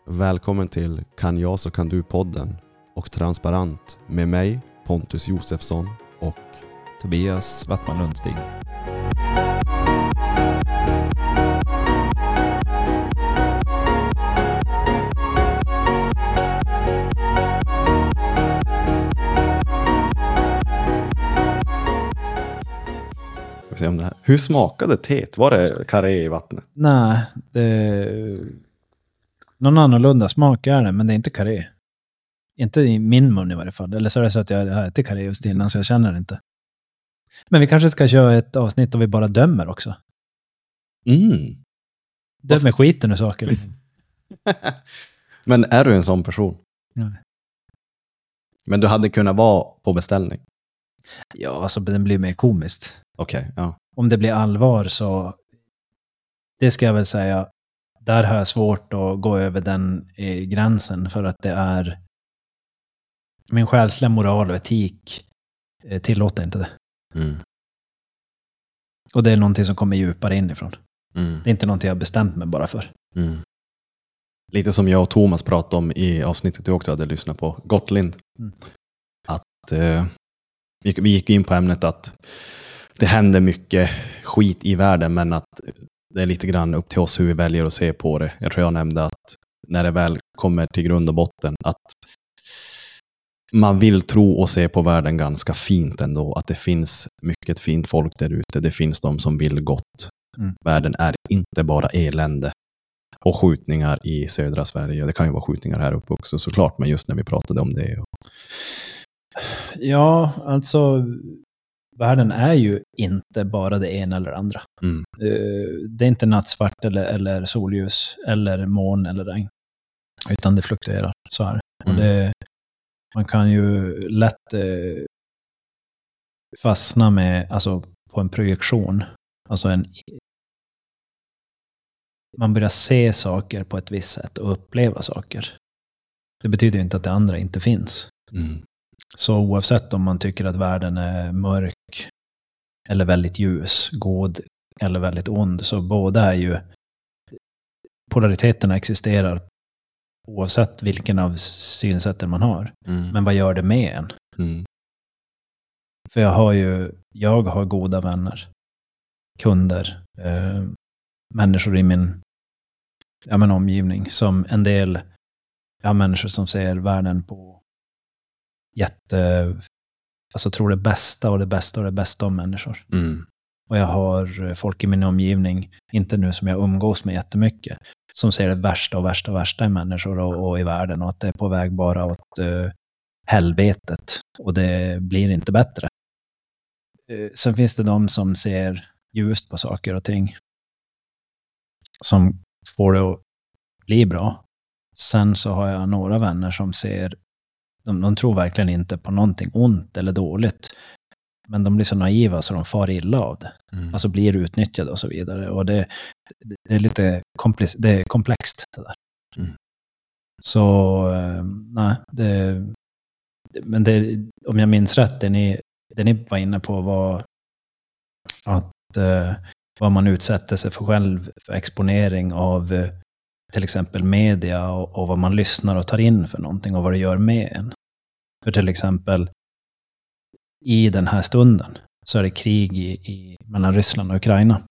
Välkommen till Kan jag så kan du-podden och Transparent med mig, Pontus Josefsson och Tobias Wattman Lundstig. se om det här. Hur smakade teet? Var det karré i vattnet? Nej, någon annorlunda smak är det, men det är inte karré. Inte i min mun i varje fall. Eller så är det så att jag har ätit karré just innan så jag känner det inte. Men vi kanske ska köra ett avsnitt där vi bara dömer också. Dömer skiten och saker. Men är du en sån person? Nej. Men du hade kunnat vara på beställning? Ja, alltså den blir mer komiskt. Okej, ja. Om det blir allvar så, det ska jag väl säga, där har jag svårt att gå över den gränsen för att det är min själsliga moral och etik tillåter inte det. Mm. Och det är någonting som kommer djupare inifrån. Mm. Det är inte någonting jag bestämt mig bara för. Mm. Lite som jag och Thomas pratade om i avsnittet du också hade lyssnat på, Gottlind. Mm. Att vi gick in på ämnet att det händer mycket skit i världen, men att det är lite grann upp till oss hur vi väljer att se på det. Jag tror jag nämnde att när det väl kommer till grund och botten, att man vill tro och se på världen ganska fint ändå. Att det finns mycket fint folk där ute. Det finns de som vill gott. Mm. Världen är inte bara elände och skjutningar i södra Sverige. Det kan ju vara skjutningar här uppe också såklart, men just när vi pratade om det. Ja, alltså världen är ju inte bara det ena eller andra. Mm. Det är inte nattsvart eller solljus eller moln eller regn. Utan det fluktuerar, så är det. Och man kan ju lätt fastna med, alltså på en projektion. Alltså man börjar se saker på ett visst sätt och uppleva saker. Det betyder ju inte att det andra inte finns. Mm. Så oavsett om man tycker att världen är mörk eller väldigt ljus, god eller väldigt ond, så båda är ju, polariteterna existerar oavsett vilken av synsätten man har. Mm. Men vad gör det med en? Mm. För jag har goda vänner, kunder, människor i min omgivning, som en del, jag har människor som ser världen på alltså tror det bästa och det bästa och det bästa om människor. Mm. Och jag har folk i min omgivning, inte nu som jag umgås med jättemycket, som ser det värsta och värsta och värsta i människor och i världen, och att det är på väg bara åt helvetet och det blir inte bättre. Sen finns det de som ser ljust på saker och ting som får det att bli bra. Sen så har jag några vänner som ser, de tror verkligen inte på någonting ont eller dåligt, men de blir så naiva så de far illa av det. Mm. Alltså blir utnyttjade och så vidare. Och det är lite komplext det där. Mm. Så nej, men om jag minns rätt, det ni var inne på var att vad man utsätter sig för själv för exponering av till exempel media och vad man lyssnar och tar in för någonting och vad det gör med en. För till exempel i den här stunden så är det krig mellan Ryssland och Ukraina.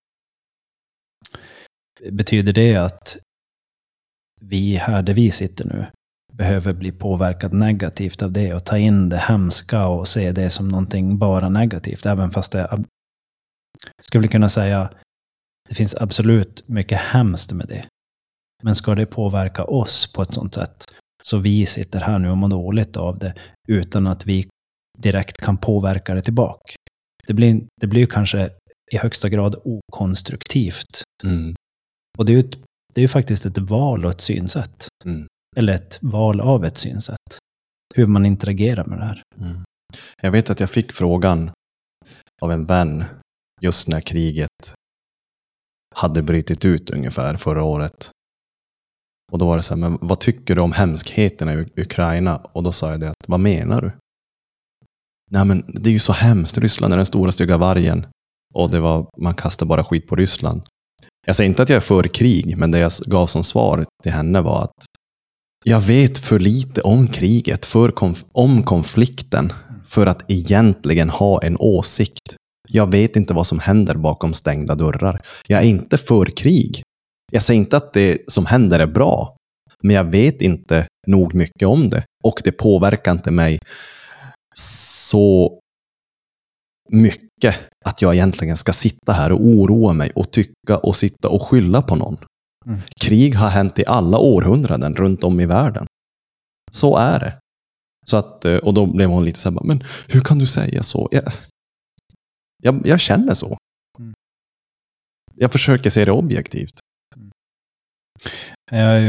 Betyder det att vi här där vi sitter nu behöver bli påverkat negativt av det och ta in det hemska och se det som någonting bara negativt, även fast det skulle kunna säga det finns absolut mycket hemskt med det. Men ska det påverka oss på ett sånt sätt så vi sitter här nu och mår dåligt av det utan att vi direkt kan påverka det tillbaka. Det blir kanske i högsta grad okonstruktivt. Mm. Och det är ju faktiskt ett val och ett synsätt. Mm. Eller ett val av ett synsätt. Hur man interagerar med det här. Mm. Jag vet att jag fick frågan av en vän just när kriget hade brutit ut ungefär förra året. Och då var det så här, men vad tycker du om hemskheterna i Ukraina? Och då sa jag det att, vad menar du? Nej, men det är ju så hemskt. Ryssland är den stora stygga vargen. Och man kastar bara skit på Ryssland. Jag säger inte att jag är för krig, men det jag gav som svar till henne var att Jag vet för lite om kriget, om konflikten, för att egentligen ha en åsikt. Jag vet inte vad som händer bakom stängda dörrar. Jag är inte för krig. Jag säger inte att det som händer är bra. Men jag vet inte nog mycket om det. Och det påverkar inte mig så mycket att jag egentligen ska sitta här och oroa mig och tycka och sitta och skylla på någon. Krig har hänt i alla århundraden runt om i världen. Så är det. Så att, och då blev hon lite så här, men hur kan du säga så? Jag känner så. Jag försöker se det objektivt. Jag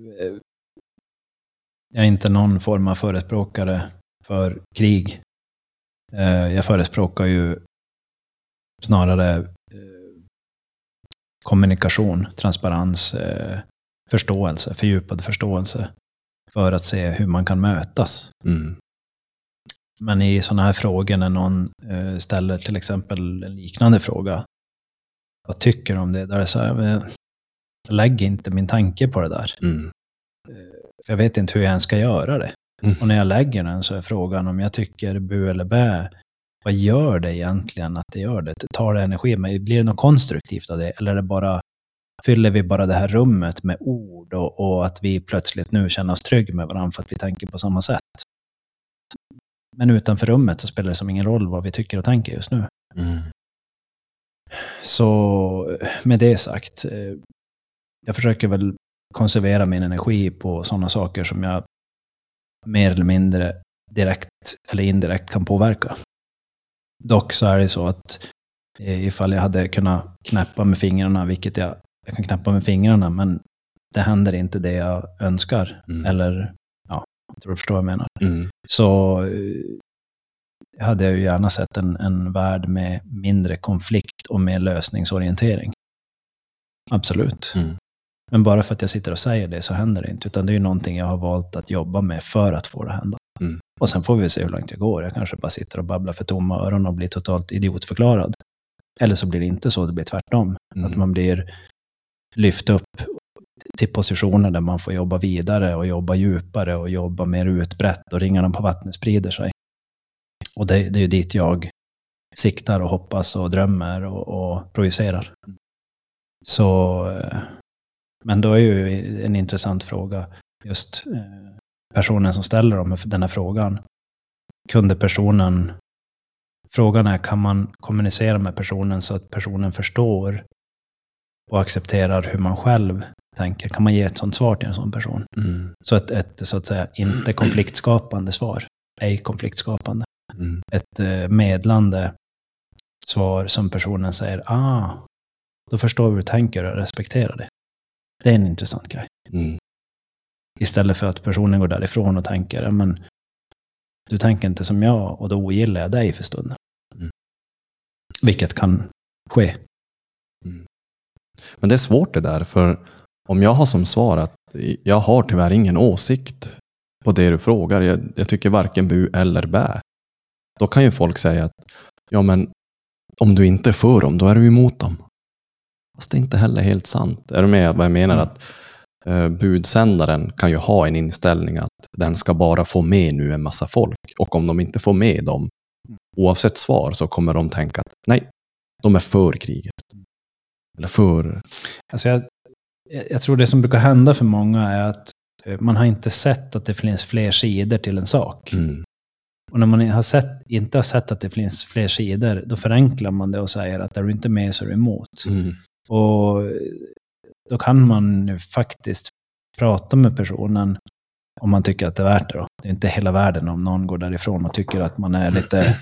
är inte någon form av förespråkare för krig. Jag förespråkar ju snarare kommunikation, transparens, förståelse, fördjupad förståelse för att se hur man kan mötas. Men i sådana här frågor när någon ställer till exempel en liknande fråga, vad tycker du om det? Där är så här, jag lägger inte min tanke på det där. För jag vet inte hur jag ens ska göra det. Och när jag lägger den så är frågan om jag tycker bu eller bä, vad gör det egentligen att det gör det? Tar det energi? Men blir det något konstruktivt av det? Eller är det bara, fyller vi bara det här rummet med ord och att vi plötsligt nu känner oss trygg med varandra för att vi tänker på samma sätt? Men utanför rummet så spelar det som ingen roll vad vi tycker och tänker just nu. Så med det sagt, jag försöker väl konservera min energi på sådana saker som jag mer eller mindre direkt eller indirekt kan påverka. Dock så är det så att ifall jag hade kunnat knäppa med fingrarna, vilket jag kan knäppa med fingrarna, men det händer inte det jag önskar. Eller, ja, jag tror du förstår vad jag menar. Så hade jag ju gärna sett en värld med mindre konflikt och mer lösningsorientering. Absolut. Men bara för att jag sitter och säger det så händer det inte. Utan det är ju någonting jag har valt att jobba med för att få det att hända. Och sen får vi se hur långt jag går. Jag kanske bara sitter och babblar för tomma öron och blir totalt idiotförklarad. Eller så blir det inte så, det blir tvärtom. Att man blir lyft upp till positioner där man får jobba vidare och jobba djupare och jobba mer utbrett och ringarna på vattnet sprider sig. Och det är ju dit jag siktar och hoppas och drömmer och projicerar. Så, men då är ju en intressant fråga just personen som ställer den här frågan. Kunde personen, frågan är, kan man kommunicera med personen så att personen förstår och accepterar hur man själv tänker? Kan man ge ett sånt svar till en sån person? Så ett så att säga inte konfliktskapande svar, ej konfliktskapande. Ett medlande svar som personen säger, då förstår hur du tänker och respekterar det. Det är en intressant grej. Istället för att personen går därifrån och tänker, men du tänker inte som jag och då ogillar jag dig för stunden. Vilket kan ske. Men det är svårt det där, för om jag har som svar att jag har tyvärr ingen åsikt på det du frågar, jag tycker varken bu eller bä. Då kan ju folk säga att ja, men om du inte är för dem, då är du emot dem. Fast det är inte heller helt sant. Är du med vad jag menar? Att budsändaren kan ju ha en inställning att den ska bara få med nu en massa folk. Och om de inte får med dem, oavsett svar, så kommer de tänka att nej, de är för kriget. Eller för... Alltså jag tror det som brukar hända för många är att man har inte sett att det finns fler sidor till en sak. Och när man inte har sett att det finns fler sidor, då förenklar man det och säger att är du inte med så är du emot. Och då kan man faktiskt prata med personen om man tycker att det är värt det. Då. Det är inte hela världen om någon går därifrån och tycker att man är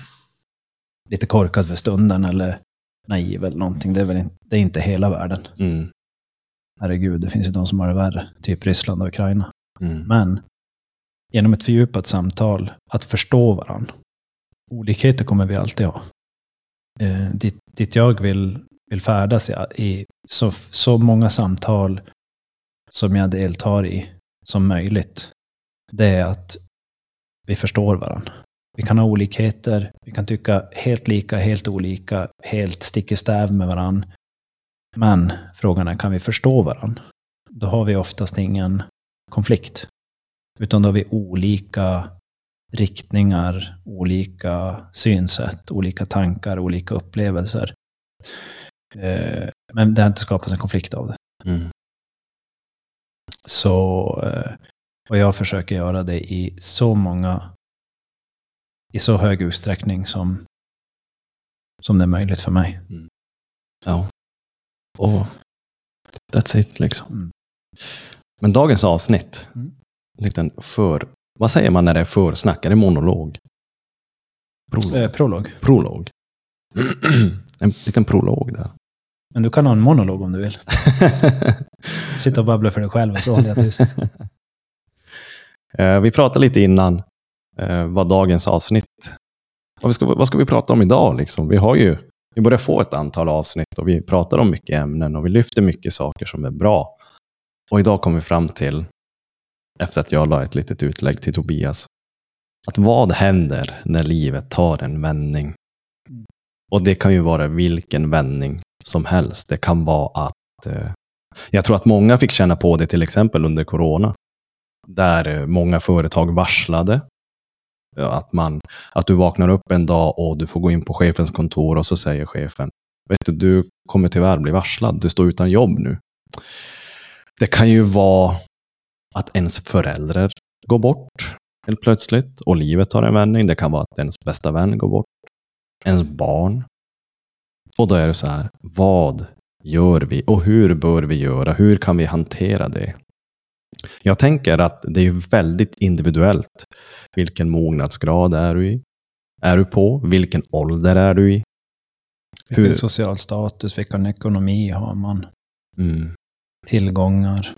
lite korkad för stunden eller naiv eller någonting. Det är inte hela världen. Herregud, det finns ju de som har det värre. Typ Ryssland och Ukraina. Men genom ett fördjupat samtal, att förstå varandra. Olikheter kommer vi alltid ha. Dit jag vill färdas i så många samtal som jag deltar i som möjligt. Det är att vi förstår varandra. Vi kan ha olikheter, vi kan tycka helt lika, helt olika, helt stick i stäv med varandra. Men frågan är, kan vi förstå varandra? Då har vi oftast ingen konflikt. Utan då har vi olika riktningar, olika synsätt, olika tankar, olika upplevelser. Men det har inte skapats en konflikt av det. Mm. Så, och jag försöker göra det i så hög utsträckning som det är möjligt för mig. Mm. Ja. Och that's it liksom. Mm. Men dagens avsnitt, liten vad säger man när det är försnack? Är det monolog? Prolog. Prolog. En liten prolog där. Men du kan ha en monolog om du vill. Sitta och babbla för dig själv och så håller jag tyst. Vi pratade lite innan vad dagens avsnitt. Vad ska vi prata om idag liksom? Vi börjar få ett antal avsnitt och vi pratar om mycket ämnen och vi lyfter mycket saker som är bra. Och idag kommer vi fram till, efter att jag la ett litet utlägg till Tobias, att vad händer när livet tar en vändning? Och det kan ju vara vilken vändning som helst. Det kan vara att jag tror att många fick känna på det till exempel under corona. Där många företag varslade. Att du vaknar upp en dag och du får gå in på chefens kontor och så säger chefen: vet du kommer tyvärr bli varslad. Du står utan jobb nu. Det kan ju vara att ens föräldrar går bort helt plötsligt och livet tar en vändning. Det kan vara att ens bästa vän går bort. Ens barn. Och då är det så här, vad gör vi och hur bör vi göra? Hur kan vi hantera det? Jag tänker att det är väldigt individuellt. Vilken mognadsgrad är du i? Är du på? Vilken ålder är du i? Vilken social status, vilken ekonomi har man? Tillgångar.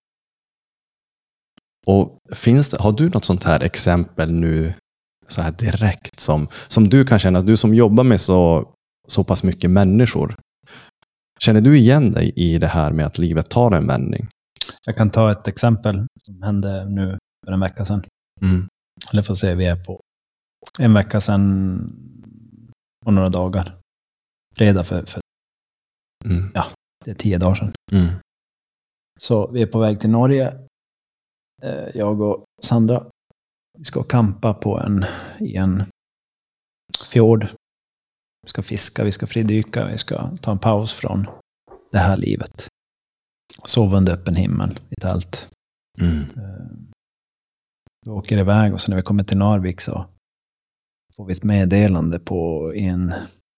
Och har du något sånt här exempel nu så här direkt som du kan känna, du som jobbar med så pass mycket människor. Känner du igen dig i det här med att livet tar en vändning? Jag kan ta ett exempel som hände nu för en vecka sedan. Eller får se, vi är på en vecka sedan och några dagar. Fredag för det är 10 dagar sedan. Så vi är på väg till Norge. Jag och Sandra, vi ska campa i en fjord. Vi ska fiska, vi ska fridyka, vi ska ta en paus från det här livet. Sova under öppen himmel i tält. Vi åker iväg och så när vi kommer till Narvik så får vi ett meddelande i en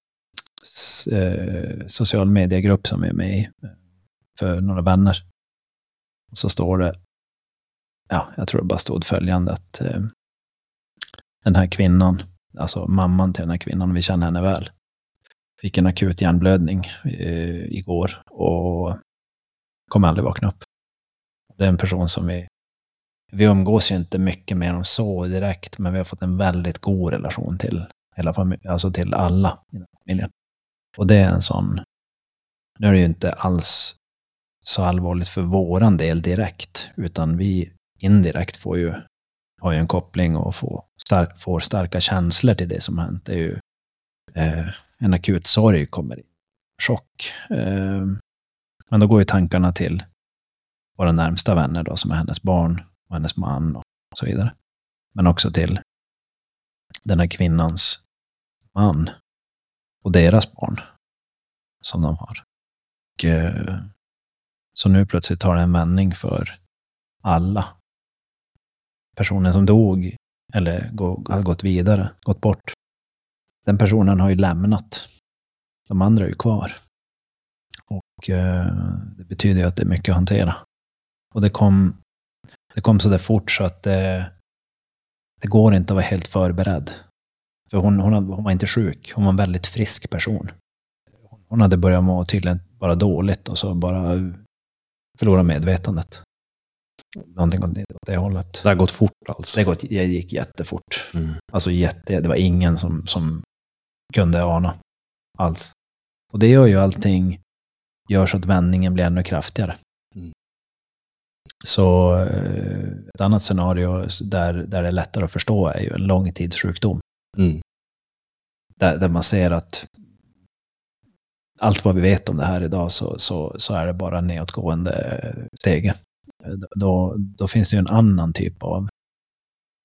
social mediegrupp som vi är med i för några vänner. Och så står det, jag tror det bara stod följande att den här kvinnan, alltså mamman till den här kvinnan, vi känner henne väl, fick en akut hjärnblödning igår och kommer aldrig vakna upp. Det är en person som vi umgås ju inte mycket med dem så direkt, men vi har fått en väldigt god relation till hela familjen, alltså till alla i familjen. Och det är en sån, nu är det ju inte alls så allvarligt för våran del direkt, utan vi indirekt har ju en koppling och får starka känslor till det som har hänt. Det är ju en akut sorg kommer i chock. Men då går ju tankarna till våra närmsta vänner då, som är hennes barn och hennes man och så vidare. Men också till den här kvinnans man och deras barn som de har. Och, så nu plötsligt tar det en vändning för alla. Personen som dog eller har gått vidare, gått bort. Den personen har ju lämnat. De andra är ju kvar. Och det betyder ju att det är mycket att hantera. Och det kom så där fort så att det går inte att vara helt förberedd. För hon var inte sjuk. Hon var en väldigt frisk person. Hon hade börjat må tydligen bara dåligt och så bara förlora medvetandet. Någonting åt det hållet. Det har gått fort alltså? Det gick jättefort. Alltså det var ingen som kunde ana alls. Och det gör ju allting, gör så att vändningen blir ännu kraftigare. Så ett annat scenario där det är lättare att förstå är ju en långtidssjukdom. Där man ser att allt vad vi vet om det här idag så är det bara nedåtgående stege. Då finns det ju en annan typ av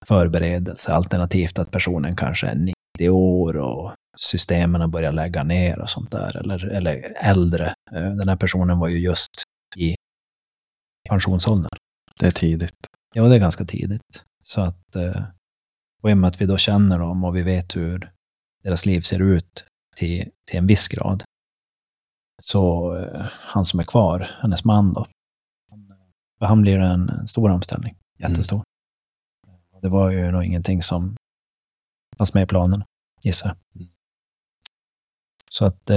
förberedelse, alternativt att personen kanske är 90 år och systemen börjar lägga ner och sånt där, eller äldre. Den här personen var ju just i pensionsåldern. Det är tidigt. Ja, det är ganska tidigt. Så att, och i och med att vi då känner dem och vi vet hur deras liv ser ut till en viss grad. Så han som är kvar, hennes man då, han blir en stor omställning. Jättestor. Det var ju nog ingenting som fanns med i planen, gissar jag. Så att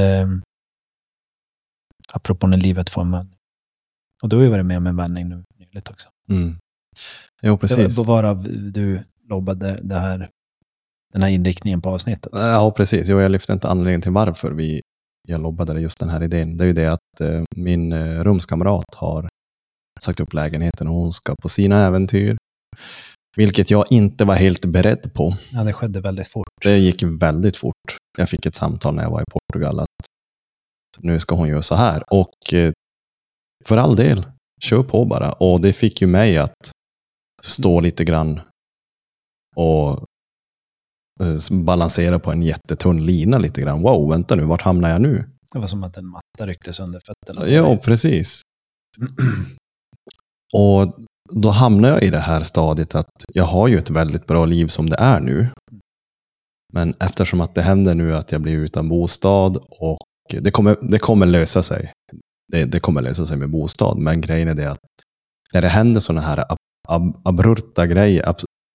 apropå när livet får en vändning. Och du har ju varit med om en vändning nu nyligt också. Jo, precis. Det var varav du lobbade den här inriktningen på avsnittet. Ja, precis. Jo, jag lyfte inte anledningen till varför jag lobbade just den här idén. Det är ju det att min rumskamrat har sagt upp lägenheten och hon ska på sina äventyr. Vilket jag inte var helt beredd på. Ja, det skedde väldigt fort. Det gick väldigt fort. Jag fick ett samtal när jag var i Portugal att nu ska hon göra så här. Och för all del, kör på bara. Och det fick ju mig att stå lite grann och balansera på en jättetunn lina lite grann. Wow, vänta nu, vart hamnar jag nu? Det var som att en matta rycktes under fötterna. Ja, precis. Och då hamnar jag i det här stadiet att jag har ju ett väldigt bra liv som det är nu. Men eftersom att det händer nu att jag blir utan bostad och det kommer lösa sig. Det kommer lösa sig med bostad. Men grejen är det att när det händer sådana här abrupta grejer,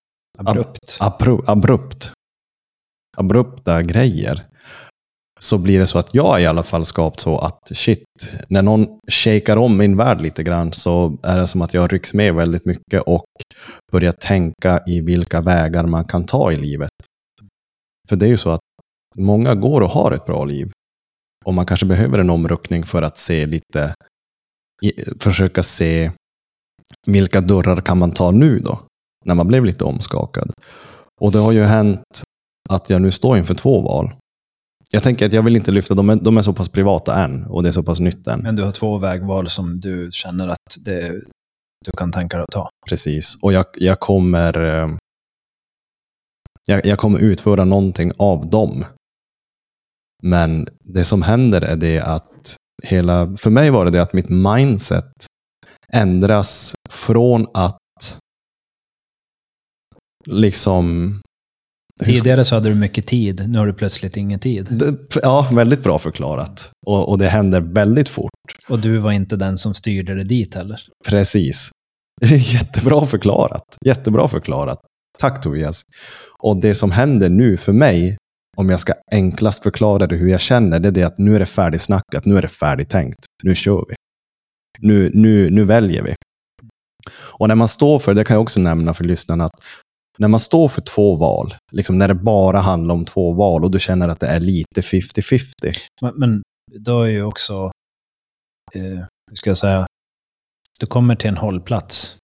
abrupta grejer, så blir det så att jag i alla fall skapat så att shit, när någon shakar om min värld lite grann så är det som att jag rycks med väldigt mycket och börjar tänka i vilka vägar man kan ta i livet. För det är ju så att många går och har ett bra liv. Och man kanske behöver en omruckning för att försöka se vilka dörrar kan man ta nu då, när man blev lite omskakad. Och det har ju hänt att jag nu står inför 2 val. Jag tänker att jag vill inte lyfta dem, de är så pass privata än och det är så pass nytt än. Men du har 2 vägval som du känner att du kan tänka dig att ta. Precis, och jag kommer utföra någonting av dem. Men det som händer är det att för mig var det att mitt mindset ändras från att liksom... Tidigare så hade du mycket tid, nu har du plötsligt ingen tid. Ja, väldigt bra förklarat. Och det händer väldigt fort. Och du var inte den som styrde det dit heller. Precis. Jättebra förklarat. Tack Tobias. Och det som händer nu för mig, om jag ska enklast förklara det hur jag känner, det är det att nu är det färdigsnackat, nu är det färdigtänkt. Nu kör vi. Nu väljer vi. Och när man står för, det kan jag också nämna för lyssnarna, att när man står för 2 val, liksom när det bara handlar om 2 val och du känner att det är lite 50-50. Men då är ju också, hur ska jag säga, du kommer till en hållplats.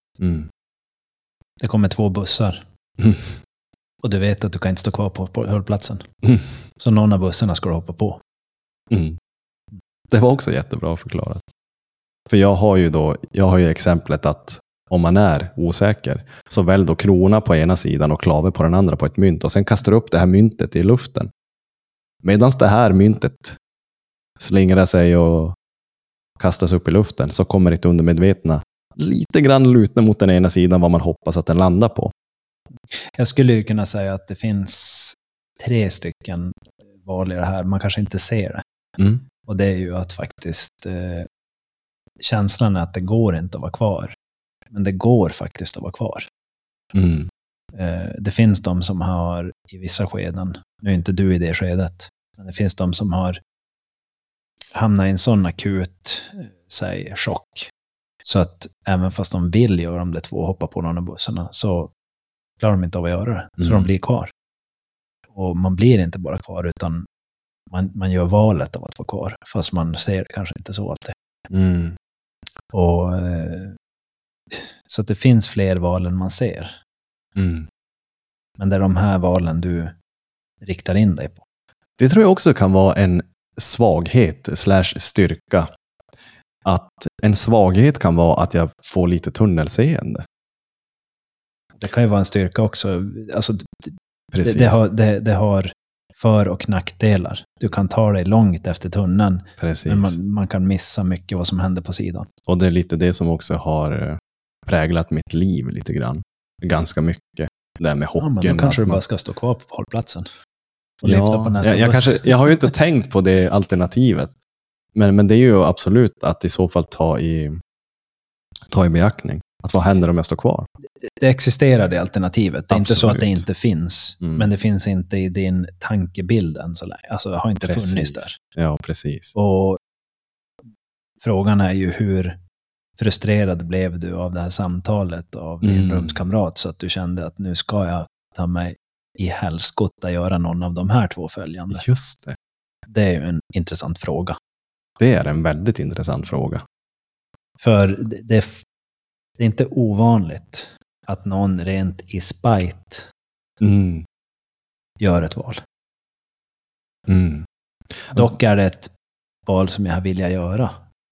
Det kommer 2 bussar. Och du vet att du kan inte stå kvar på hållplatsen. Så någon av bussarna ska du hoppa på. Det var också jättebra förklarat. För jag har ju exemplet att om man är osäker så välj då krona på ena sidan och klave på den andra på ett mynt och sen kastar upp det här myntet i luften. Medan det här myntet slingrar sig och kastas upp i luften så kommer det undermedvetna lite grann lutna mot den ena sidan vad man hoppas att den landar på. Jag skulle ju kunna säga att det finns 3 stycken val i det här. Man kanske inte ser det. Och det är ju att faktiskt känslan är att det går inte att vara kvar. Men det går faktiskt att vara kvar. Det finns de som har i vissa skeden, nu är inte du i det skedet, men det finns de som har hamnat i en sån akut chock. Så att även fast de vill göra om det 2 och hoppa på någon av bussarna så klarar de inte av att göra det. Så de blir kvar. Och man blir inte bara kvar utan man gör valet av att vara kvar. Fast man ser det kanske inte så alltid. Och så att det finns fler val än man ser. Men det är de här valen du riktar in dig på. Det tror jag också kan vara en svaghet / styrka. Att en svaghet kan vara att jag får lite tunnelseende. Det kan ju vara en styrka också. Alltså, Precis. det har för- och nackdelar. Du kan ta dig långt efter tunneln. Precis. Men man kan missa mycket vad som händer på sidan. Och det är lite det som också har präglat mitt liv lite grann. Ganska mycket. Det här med hockeyn. Men då kanske du bara ska stå kvar på hållplatsen. Och Ja, lyfta på nästa buss. jag har ju inte tänkt på det alternativet. Men det är ju absolut att i så fall ta i beaktning. Att vad händer om jag står kvar? Det existerar det alternativet. Det är inte så att det Absolut. inte finns. Men det finns inte i din tankebild än så länge. Alltså det har inte funnits där. Ja, precis. Och frågan är ju hur frustrerad blev du av det här samtalet av din rumskamrat så att du kände att nu ska jag ta mig i helskotta göra någon av de här 2 följande. Just det. Det är ju en intressant fråga. Det är en väldigt intressant fråga. För det är inte ovanligt att någon rent i spite gör ett val. Dock är det ett val som jag vill göra.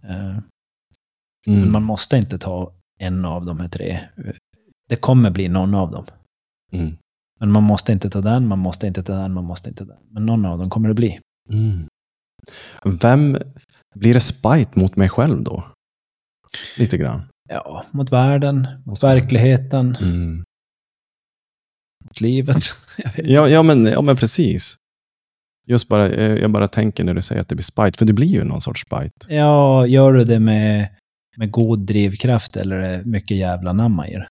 Men man måste inte ta en av de här 3. Det kommer bli någon av dem. Men man måste inte ta den, man måste inte ta den, man måste inte ta den. Men någon av dem kommer det bli. Vem blir det spite mot mig själv då? Lite grann. Ja, mot världen, mot verkligheten, mot livet. Ja, men precis. Just bara, jag bara tänker när du säger att det blir spite, för det blir ju någon sorts spite. Ja, gör du det med god drivkraft eller är det mycket jävla namma i det?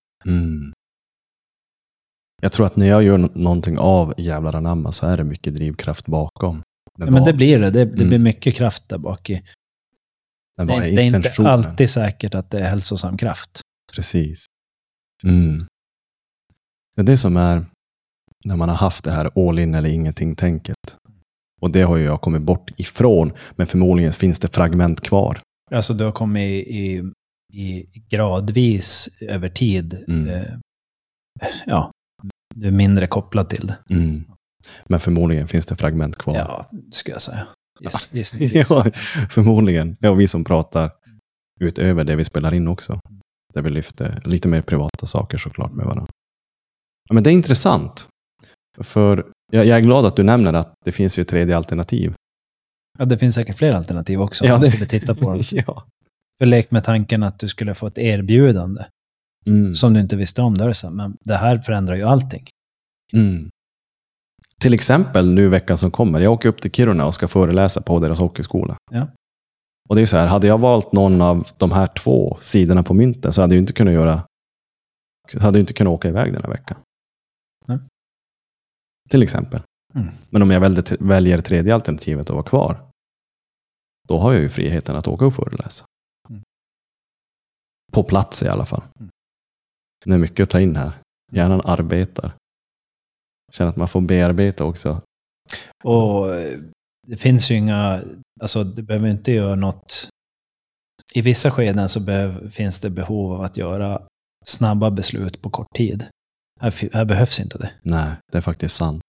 Jag tror att när jag gör någonting av jävlar anamma så är det mycket drivkraft bakom. Men det blir det. Det blir mycket kraft där bak i. Men Det är inte alltid säkert att det är hälsosam kraft. Precis. Det är det som är när man har haft det här all in eller ingenting-tänket. Och det har ju jag kommit bort ifrån. Men förmodligen finns det fragment kvar. Alltså du har kommit i gradvis över tid. Ja, du är mindre kopplad till det. Men förmodligen finns det fragment kvar. Ja, det skulle jag säga. Yes. Ja, förmodligen. Ja, vi som pratar utöver det vi spelar in också. Där vi lyfter lite mer privata saker såklart med varandra. Ja, men det är intressant. För jag är glad att du nämner att det finns ju 3D alternativ. Ja, det finns säkert fler alternativ också. Ja, om man skulle titta på dem. Ja. För lek med tanken att du skulle få ett erbjudande som du inte visste om. Där, men det här förändrar ju allting. Till exempel nu veckan som kommer. Jag åker upp till Kiruna och ska föreläsa på deras hockeyskola. Ja. Och det är så här, hade jag valt någon av de här 2 sidorna på mynten så hade jag inte kunnat åka iväg den här veckan. Nej. Till exempel. Men om jag väljer 3D-alternativet och vara kvar, då har jag ju friheten att åka och föreläsa. På plats i alla fall. Det är mycket att ta in här. Hjärnan arbetar. Känner att man får bearbeta också. Och det finns ju inga, alltså du behöver inte göra något. I vissa skeden så finns det behov av att göra snabba beslut på kort tid. Här behövs inte det. Nej, det är faktiskt sant.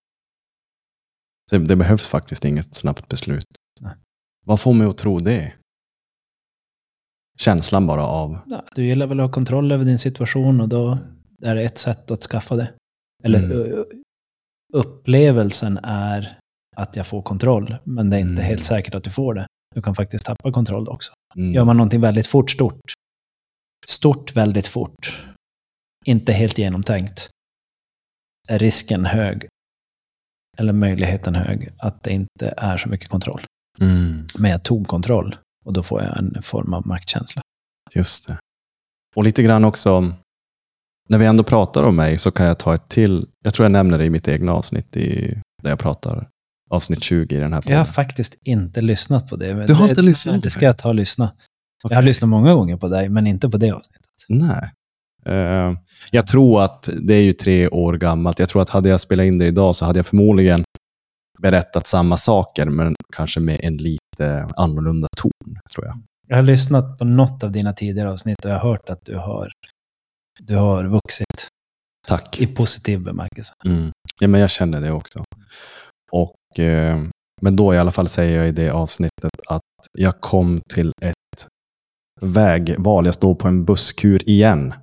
Det behövs faktiskt inget snabbt beslut. Nej. Vad får mig att tro det? Känslan bara av... Ja, du gillar väl att ha kontroll över din situation och då är det ett sätt att skaffa det. Eller upplevelsen är att jag får kontroll, men det är inte helt säkert att du får det. Du kan faktiskt tappa kontroll också. Gör man någonting väldigt stort väldigt fort, inte helt genomtänkt, är risken hög, eller möjligheten hög, att det inte är så mycket kontroll. Men jag tog kontroll och då får jag en form av maktkänsla. Just det. Och lite grann också, när vi ändå pratar om mig så kan jag ta ett till, jag tror jag nämner det i mitt egna avsnitt där jag pratar, avsnitt 20 i den här podden. Jag har faktiskt inte lyssnat på det. Men du har inte lyssnat? Det ska jag ta och lyssna. Okay. Jag har lyssnat många gånger på dig, men inte på det avsnittet. Nej. Jag tror att det är ju 3 år gammalt. Jag tror att hade jag spelat in det idag så hade jag förmodligen berättat samma saker, men kanske med en lite annorlunda ton, tror jag. Jag har lyssnat på något av dina tidigare avsnitt och jag har hört att du har vuxit. Tack. I positiv bemärkelse. Ja, men jag känner det också. Och, men då i alla fall säger jag i det avsnittet att jag kom till ett vägval. Jag står på en busskur igen.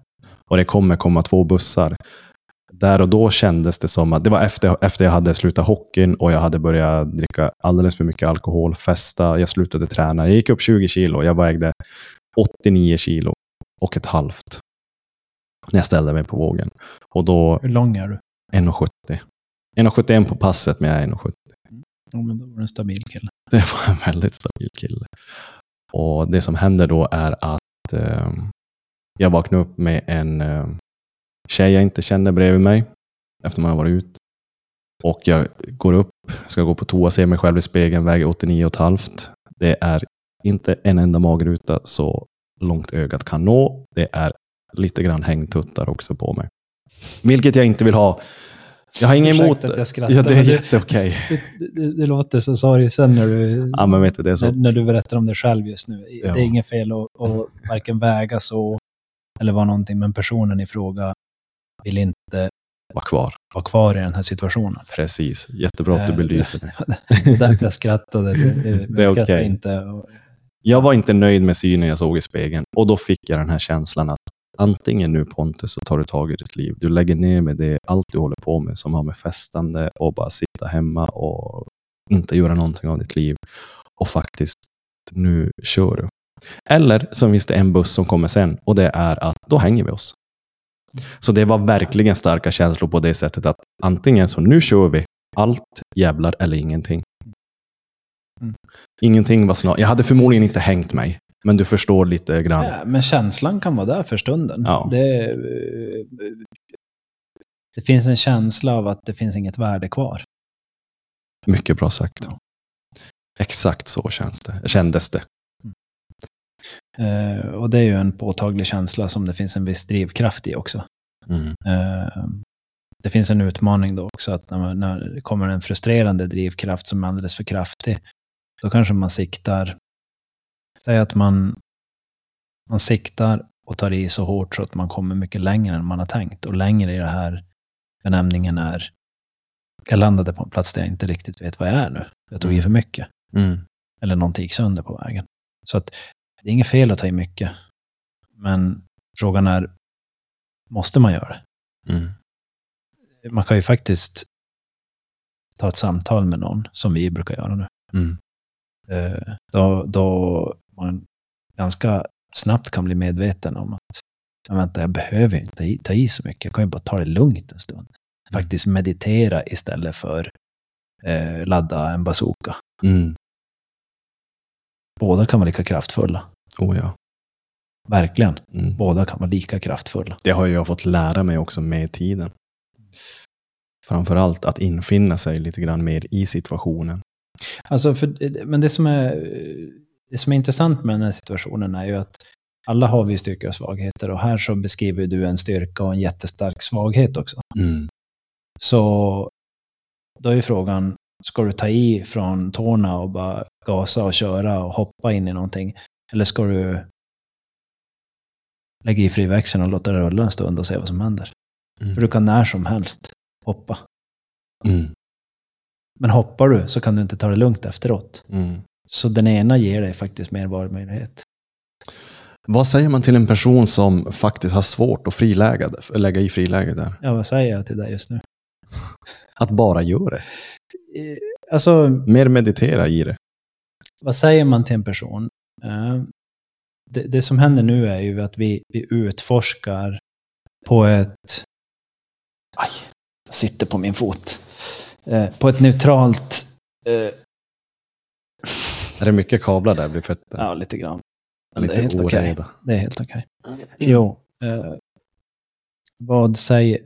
Och det kommer komma 2 bussar. Där och då kändes det som att det var efter jag hade slutat hockeyn och jag hade börjat dricka alldeles för mycket alkohol, festa, jag slutade träna. Jag gick upp 20 kilo, jag vägde 89 kilo och ett halvt när jag ställde mig på vågen. Och då, hur lång är du? 1,70. 1,71 på passet, men jag är 1,70. Ja, men då var du en stabil kille. Det var en väldigt stabil kille. Och det som händer då är att jag vaknar upp med en tjej jag inte känner bredvid mig efter man har varit ut. Och jag går upp, ska gå på toa, ser mig själv i spegeln, väger 89,5. Det är inte en enda magruta så långt ögat kan nå. Det är lite grann hängtuttar också på mig. Vilket jag inte vill ha. Jag har ingen emot att jag skrattar. Ja, det är jätteokej. Det låter så sorgsen när du, ja, men vet du, det är så. när du berättar om dig själv just nu. Ja. Det är inget fel att varken väga så eller vara någonting, men personen i fråga vill inte vara kvar i den här situationen. Precis. Jättebra att du belyser det. Det är därför jag skrattade. Det är okej. Inte. Jag var inte nöjd med synen jag såg i spegeln. Och då fick jag den här känslan att antingen nu, Pontus, så tar du tag i ditt liv. Du lägger ner med det, allt du håller på med som har med festande och bara sitta hemma och inte göra någonting av ditt liv. Och faktiskt, nu kör du. Eller så finns det en buss som kommer sen och det är att då hänger vi oss. Så det var verkligen starka känslor på det sättet att antingen så nu kör vi allt jävlar eller ingenting. Ingenting var snart. Jag hade förmodligen inte hängt mig. Men du förstår lite grann. Ja, men känslan kan vara där för stunden. Ja. Det finns en känsla av att det finns inget värde kvar. Mycket bra sagt. Ja. Exakt så kändes det. Och det är ju en påtaglig känsla som det finns en viss drivkraft i också. Det finns en utmaning då också att när det kommer en frustrerande drivkraft som är alldeles för kraftig, då kanske man siktar. Säg att man siktar och tar i så hårt så att man kommer mycket längre än man har tänkt. Och längre i det här benämningen är jag landade på en plats där jag inte riktigt vet vad jag är nu. Jag tog i för mycket. Eller någonting gick sönder på vägen. Så att det är inget fel att ta i mycket. Men frågan är, måste man göra det? Man kan ju faktiskt ta ett samtal med någon som vi brukar göra nu. Då man ganska snabbt kan bli medveten om att jag behöver inte ta i så mycket. Jag kan ju bara ta det lugnt en stund. Faktiskt meditera istället för ladda en bazooka. Båda kan vara lika kraftfulla. Oh ja. Verkligen. Båda kan vara lika kraftfulla. Det har jag fått lära mig också med tiden. Framförallt att infinna sig lite grann mer i situationen. Alltså men det som är intressant med den här situationen är ju att alla har vi styrka och svagheter, och här så beskriver du en styrka och en jättestark svaghet också. Så då är ju frågan, ska du ta i från tårna och bara gasa och köra och hoppa in i någonting, eller ska du lägga i friväxeln och låta det rulla en stund och se vad som händer? För du kan när som helst hoppa. Men hoppar du så kan du inte ta det lugnt efteråt. Så den ena ger dig faktiskt mer valmöjlighet. Vad säger man till en person som faktiskt har svårt att lägga i friläge där? Ja, vad säger jag till dig just nu? Att bara göra det. Alltså, mer meditera i det. Vad säger man till en person? Det som händer nu är ju att vi utforskar på ett... Aj, jag sitter på min fot. På ett neutralt... Är det mycket kablar där blir fett? Ja, lite grann. Lite det är helt okej. Det är helt okej. Jo. Vad säger...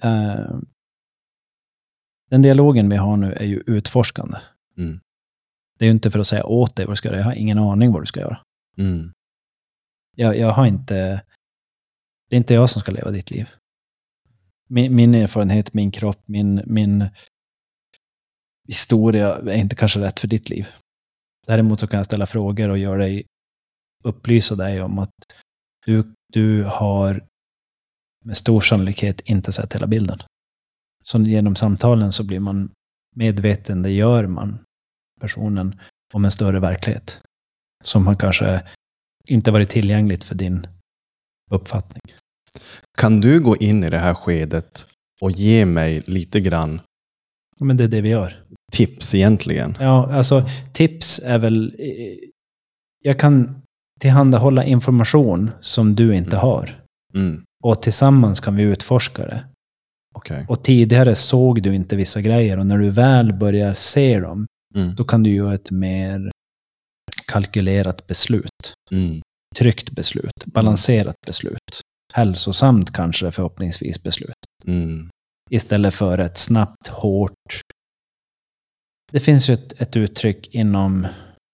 Den dialogen vi har nu är ju utforskande. Det är ju inte för att säga åt dig vad du ska göra. Jag har ingen aning vad du ska göra. Jag har inte... Det är inte jag som ska leva ditt liv. Min erfarenhet, min kropp, min historia är inte kanske rätt för ditt liv. Däremot så kan jag ställa frågor och upplysa dig om att du har med stor sannolikhet inte sett hela bilden. Så genom samtalen så blir man medveten, det gör man personen om en större verklighet som har kanske inte varit tillgängligt för din uppfattning. Kan du gå in i det här skedet och ge mig lite grann Men det är det vi gör. tips egentligen? Ja, alltså tips är väl... Jag kan tillhandahålla information som du inte har. Mm. Och tillsammans kan vi utforska det. Okej. Och tidigare såg du inte vissa grejer. Och när du väl börjar se dem, då kan du göra ett mer kalkylerat beslut. Mm. Tryggt beslut. Balanserat beslut. Hälsosamt kanske förhoppningsvis beslut. Mm. Istället för ett snabbt, hårt... Det finns ju ett uttryck inom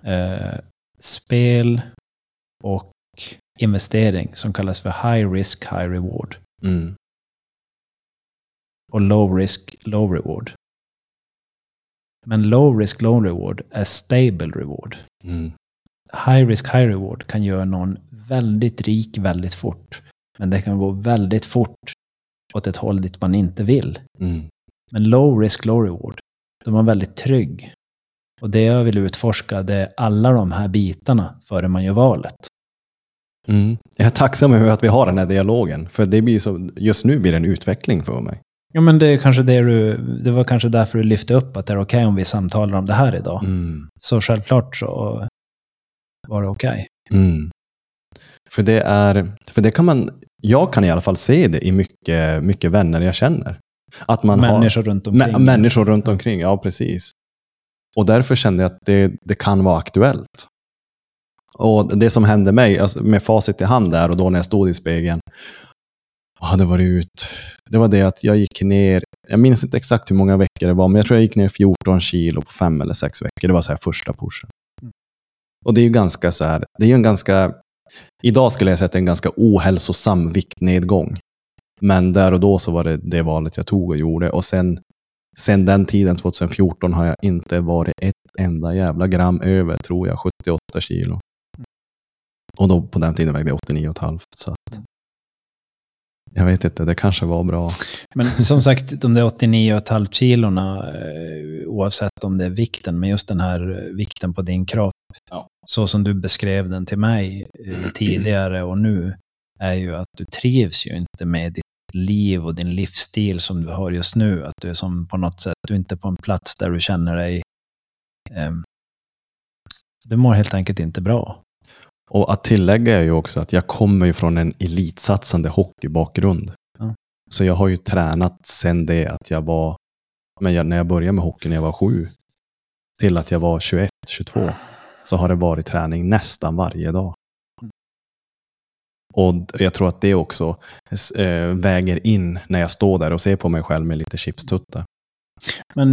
spel och investering som kallas för high risk, high reward. Mm. Och low risk, low reward. Men low risk, low reward är stable reward. Mm. High risk, high reward kan göra någon väldigt rik väldigt fort. Men det kan gå väldigt fort åt ett håll dit man inte vill. Mm. Men low risk, low reward, de är väldigt trygg. Och det jag vill utforska, det är alla de här bitarna före man gör valet. Mm. Jag är tacksam över att vi har den här dialogen. För det blir så, just nu blir det en utveckling för mig. Ja, men det är kanske det var kanske därför du lyfte upp att det är okej om vi samtalar om det här idag. Mm. Så självklart så var det okej. Mm. För det kan man, jag kan i alla fall se det i mycket vänner jag känner. Att man Människor runt omkring. Människor runt omkring, ja precis. Och därför kände jag att det kan vara aktuellt. Och det som hände mig, alltså med facit i hand där och då när jag stod i spegeln, det var det att jag gick ner, jag minns inte exakt hur många veckor det var, men jag tror jag gick ner 14 kilo på 5 eller 6 veckor. Det var så här första pushen. Och det är ju ganska så här, det är ju en ganska, idag skulle jag säga att det är en ganska ohälsosam viktnedgång. Men där och då så var det valet jag tog och gjorde. Och sen den tiden, 2014, har jag inte varit ett enda jävla gram över, tror jag, 78 kilo. Och då på den tiden vägde jag 89,5. Så att, jag vet inte, det kanske var bra. Men som sagt, de där 89,5 kilorna, oavsett om det är vikten, men just den här vikten på din kropp, så som du beskrev den till mig tidigare och nu, är ju att du trivs ju inte med ditt liv och din livsstil som du har just nu. Att du är som på något sätt, du är inte på en plats där du känner dig, du mår helt enkelt inte bra. Och att tillägga är ju också att jag kommer ju från en elitsatsande hockeybakgrund. Ja. Så jag har ju tränat sen det att jag var, när jag började med hockey när jag var 7 till att jag var 21, 22, så har det varit träning nästan varje dag. Och jag tror att det också väger in när jag står där och ser på mig själv med lite chipstuttar. Men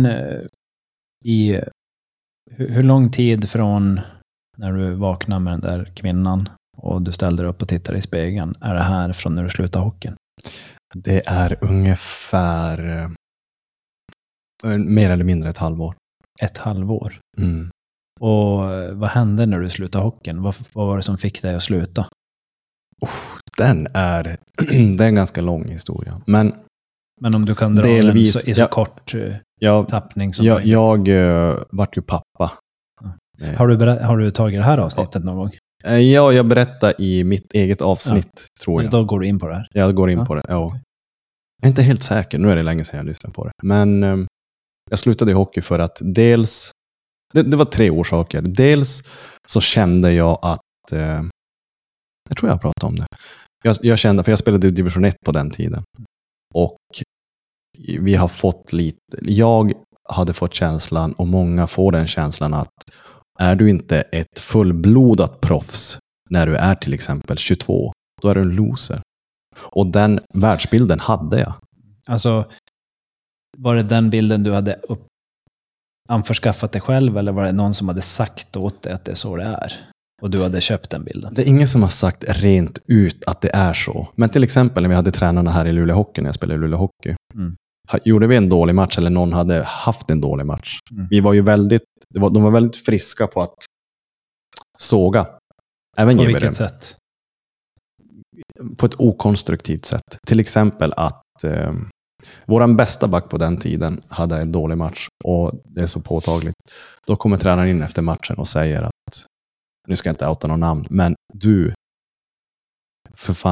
hur lång tid från när du vaknar med den där kvinnan och du ställer dig upp och tittar i spegeln, är det här från när du slutar hockeyn? Det är ungefär mer eller mindre ett halvår. Ett halvår? Mm. Och vad hände när du slutade hockeyn? Vad var det som fick dig att sluta? Det är en ganska lång historia. Men om du kan dra den i så kort tappning som möjligt. Jag vart ju pappa. Har du tagit det här avsnittet någon gång? Ja, jag berättar i mitt eget avsnitt, tror jag. Då går du in på det här? Jag går in på det, ja. Jag är inte helt säker, nu är det länge sedan jag lyssnade på det. Men jag slutade i hockey för att dels, det var 3 orsaker. Dels så kände jag att, jag tror jag pratade om det. Jag kände, för jag spelade division 1 på den tiden. Och vi har fått jag hade fått känslan, och många får den känslan, att är du inte ett fullblodat proffs när du är till exempel 22, då är du en loser. Och den världsbilden hade jag. Alltså, var det den bilden du hade anförskaffat dig själv, eller var det någon som hade sagt åt dig att det är så det är? Och du hade köpt den bilden? Det är ingen som har sagt rent ut att det är så. Men till exempel när vi hade tränarna här i Luleå Hockey, när jag spelade i Luleå Hockey. Gjorde vi en dålig match, eller någon hade haft en dålig match. Vi var ju de var väldigt friska på att såga. Även på vilket sätt? På ett okonstruktivt sätt. Till exempel att våran bästa back på den tiden hade en dålig match, och det är så påtagligt. Då kommer tränaren in efter matchen och säger att, nu ska jag inte outa någon namn, men du, för fan,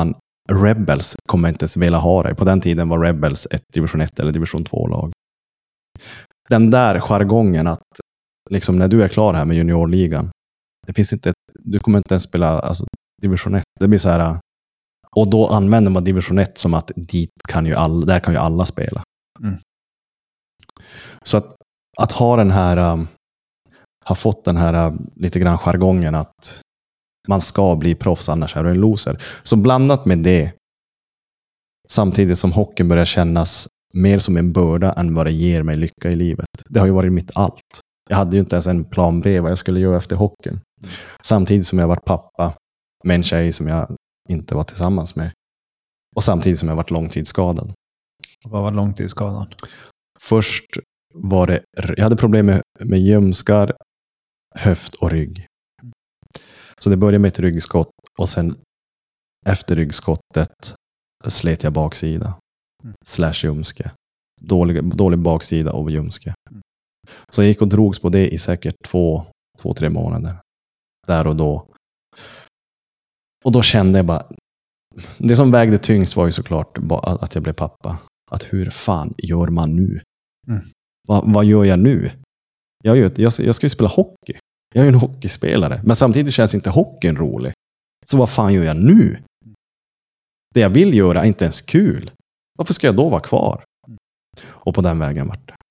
Rebels kommer inte ens vilja ha dig. På den tiden var Rebels ett division 1 eller division 2-lag. Den där jargongen att liksom när du är klar här med juniorligan, det finns inte, du kommer inte ens spela alltså, division 1. Det blir så här, och då använder man division 1 som att där kan ju alla spela. Mm. Så att ha den här, ha fått den här lite grann jargongen att man ska bli proffs, annars är du en loser. Så blandat med det, samtidigt som hockeyn börjar kännas mer som en börda än vad det ger mig lycka i livet. Det har ju varit mitt allt. Jag hade ju inte ens en plan B vad jag skulle göra efter hockeyn. Samtidigt som jag varit pappa med en tjej som jag inte var tillsammans med. Och samtidigt som jag varit långtidsskadad. Vad var långtidsskadan? Först var det, jag hade problem med ljumskar, höft och rygg. Så det började med ett ryggskott och sen efter ryggskottet slet jag baksida. / ljumske. Dålig baksida och ljumske. Så jag gick och drogs på det i säkert 2-3 månader. Där och då. Och då kände jag bara, det som vägde tyngst var ju såklart att jag blev pappa. Att hur fan gör man nu? Vad gör jag nu? Jag ska ju spela hockey. Jag är ju en hockeyspelare. Men samtidigt känns inte hockeyn rolig. Så vad fan gör jag nu? Det jag vill göra är inte ens kul. Varför ska jag då vara kvar? Och på den vägen vart det.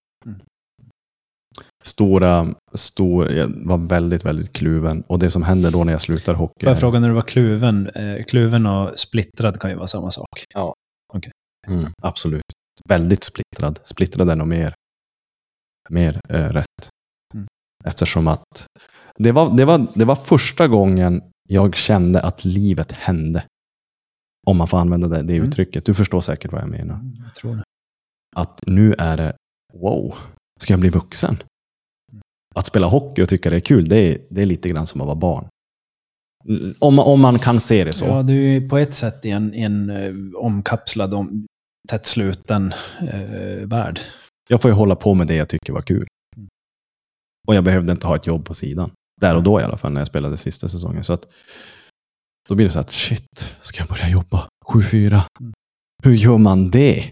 Jag var väldigt, väldigt kluven. Och det som händer då när jag slutar hockey... Får jag fråga när du var kluven? Kluven och splittrad kan ju vara samma sak. Ja. Okay. Absolut. Väldigt splittrad. Splittrad är nog mer rätt. Eftersom att det var första gången jag kände att livet hände. Om man får använda det uttrycket. Du förstår säkert vad jag menar. Jag tror det. Att nu är det, wow, ska jag bli vuxen? Att spela hockey och tycka det är kul, det är lite grann som att vara barn. Om man kan se det så. Ja, du är på ett sätt i en omkapslad, tätt sluten värld. Jag får ju hålla på med det jag tycker var kul. Och jag behövde inte ha ett jobb på sidan. Där och då i alla fall när jag spelade sista säsongen. Så att då blir det så att shit, ska jag börja jobba 7-4? Hur gör man det?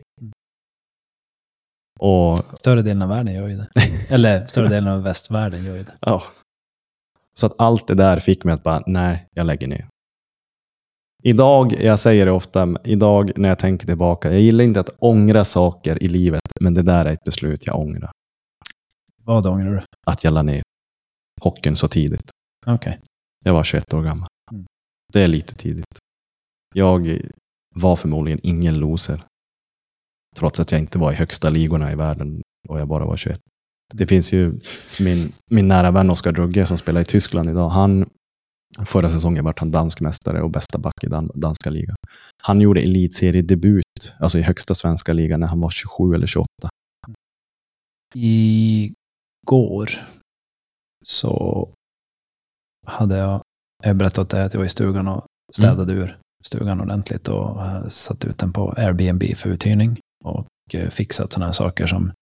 Och större delen av världen gör ju det. Eller större delen av västvärlden gör ju det. Ja. Så att allt det där fick mig att bara, nej, jag lägger ner. Idag, jag säger det ofta, idag när jag tänker tillbaka, jag gillar inte att ångra saker i livet, men det där är ett beslut jag ångrar. Vad ångrar du? Att jag la ner hockeyn så tidigt. Okej. Jag var 21 år gammal. Det är lite tidigt. Jag var förmodligen ingen loser. Trots att jag inte var i högsta ligorna i världen och jag bara var 21. Det finns ju min nära vän Oskar Drugge som spelar i Tyskland idag. Förra säsongen var han dansk mästare och bästa back i danska ligan. Han gjorde elitseriedebut, alltså i högsta svenska ligan, när han var 27 eller 28. Igår så hade jag berättat det att jag var i stugan och städade ur stugan ordentligt och satt ut den på Airbnb för uthyrning och fixat sådana här saker som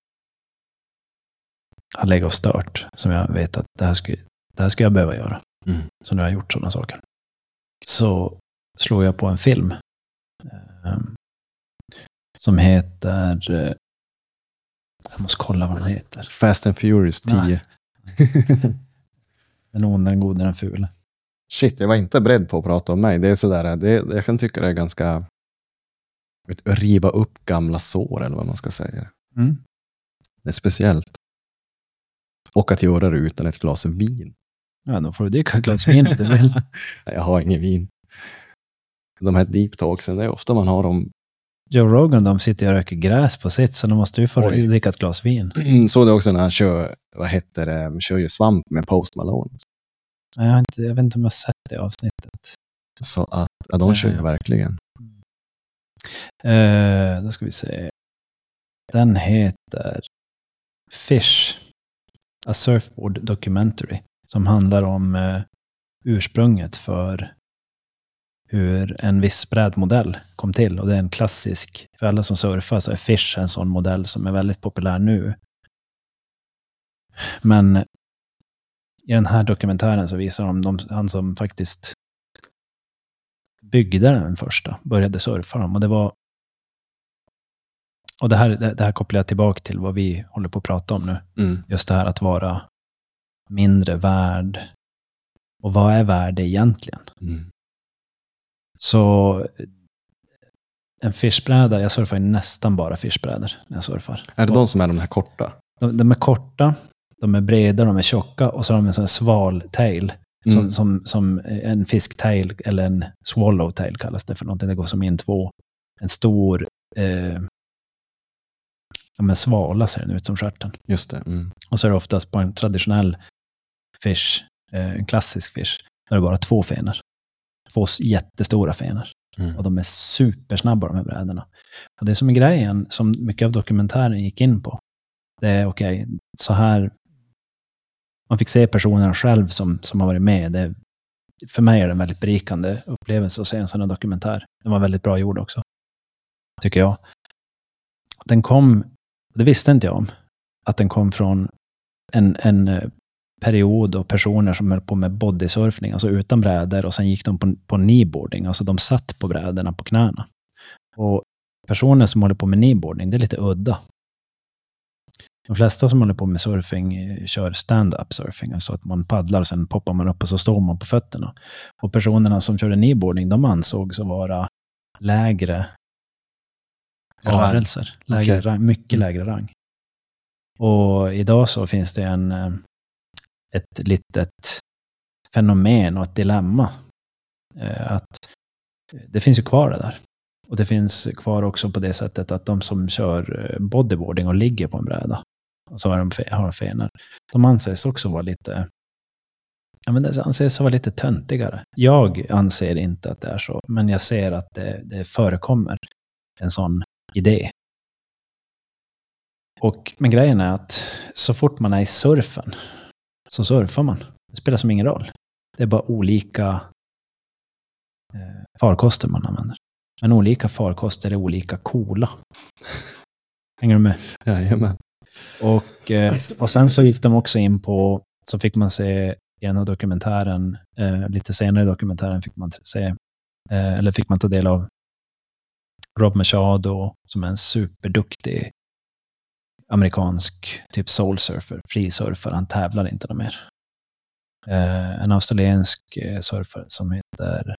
har legat och stört, som jag vet att det här ska jag behöva göra. Så nu har jag gjort sådana saker. Så slog jag på en film som heter, jag måste kolla vad den heter. Fast and Furious 10. Den onda, den goda, den fula. Shit, jag var inte beredd på att prata om mig. Det är sådär, jag kan tycka det är ganska riva upp gamla sår eller vad man ska säga. Det är speciellt. Och att göra det utan ett glas vin. Ja, då får du dricka ett glas vin om du vill. Jag har ingen vin. De här deep talksen, det är ofta man har dem. Joe Rogan, de sitter och röker gräs på sitt, så då måste du få dricka ett glas vin. Så det också när han kör ju svamp med Post Malone. Jag vet inte om jag har sett det avsnittet. Så att de kör ju verkligen. Då ska vi se. Den heter Fish, A Surfboard Documentary, som handlar om ursprunget för hur en viss brädmodell kom till. Och det är en klassisk, för alla som surfar så är Fish en sån modell som är väldigt populär nu. Men i den här dokumentären så visar de han som faktiskt byggde den första, började surfa dem. Och det här kopplar jag tillbaka till vad vi håller på att prata om nu. Just det här att vara mindre värd. Och vad är värde egentligen? Så en fischbräda, jag surfar ju nästan bara fischbrädor när jag surfar. Är det de som är de här korta? De är korta, de är breda, de är tjocka och så har de en sån här sval tail. Som en fisktail eller en swallowtail kallas det för någonting. Det går som in två. En stor svala ser den ut som stjärten. Just det. Och så är det oftast på en traditionell fish, en klassisk fish, där det bara 2 fenor. 2 jättestora fenor. Och de är supersnabba de här brädorna. Och det som är grejen, som mycket av dokumentären gick in på, det är okej, så här man fick se personerna själv som har varit med. För mig är det en väldigt berikande upplevelse att se en sån här dokumentär. Den var väldigt bra gjord också, tycker jag. Den kom, det visste inte jag om, att den kom från en period och personer som höll på med bodysurfning, alltså utan brädor, och sen gick de på kneeboarding, alltså de satt på brädorna på knäna. Och personer som håller på med kneeboarding, det är lite udda. De flesta som håller på med surfing kör stand-up surfing, alltså att man paddlar och sen poppar man upp och så står man på fötterna. Och personerna som körde kneeboarding, de ansågs att vara lägre varelser, mycket lägre rang. Och idag så finns det ett litet fenomen och ett dilemma. Att det finns ju kvar det där. Och det finns kvar också på det sättet att de som kör bodyboarding och ligger på en bräda och så har de fenor, de anses också vara lite, det anses vara lite töntigare. Jag anser inte att det är så, men jag ser att det förekommer en sån idé. Men grejen är att så fort man är i surfen så surfar man. Det spelar som ingen roll. Det är bara olika farkoster man använder. Men olika farkoster är olika coola. Hänger du med? Jajamän. Och sen så gick de också in på, så fick man se i en av dokumentären, lite senare i dokumentären fick man ta del av Rob Machado, som är en superduktig amerikansk typ soulsurfer, frisurfer. Han tävlar inte något mer. En australiensk surfer som heter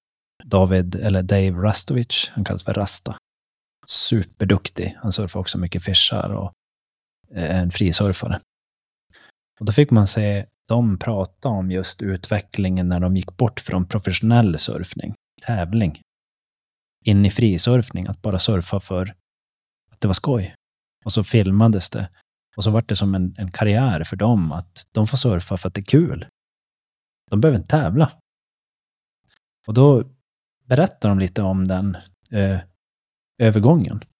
Dave Rastovic. Han kallas för Rasta. Superduktig. Han surfar också mycket fischar och är en frisurfare. Och då fick man se dem prata om just utvecklingen när de gick bort från professionell surfning, tävling, in i frisurfning, att bara surfa för att det var skoj. Och så filmades det. Och så var det som en karriär för dem, att de får surfa för att det är kul. De behöver inte tävla. Och då berättar de lite om den övergången.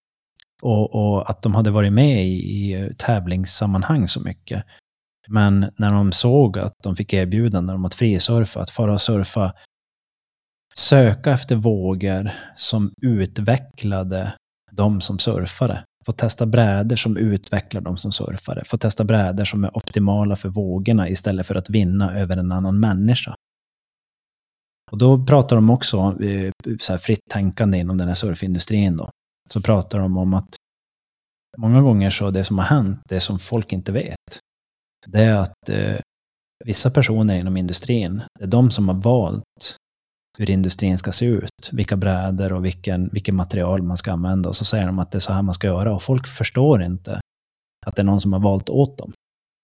Och att de hade varit med i tävlingssammanhang så mycket. Men när de såg att de fick erbjudanden om att frisurfa, att fara och surfa, söka efter vågor som utvecklade de som surfare. Få testa brädor som utvecklar de som surfare. Få testa brädor som är optimala för vågorna istället för att vinna över en annan människa. Och då pratar de också så här fritt tänkande inom den här surfindustrin då. Så pratar de om att många gånger så det som har hänt, det som folk inte vet, det är att vissa personer inom industrin, det är de som har valt hur industrin ska se ut, vilka brädor och vilken material man ska använda, och så säger de att det är så här man ska göra, och folk förstår inte att det är någon som har valt åt dem.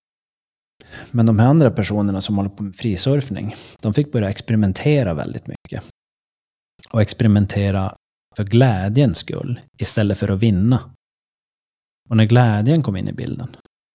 Men de här andra personerna som håller på med frisurfning, de fick börja experimentera väldigt mycket. Och experimentera för glädjens skull istället för att vinna. Och när glädjen kom in i bilden,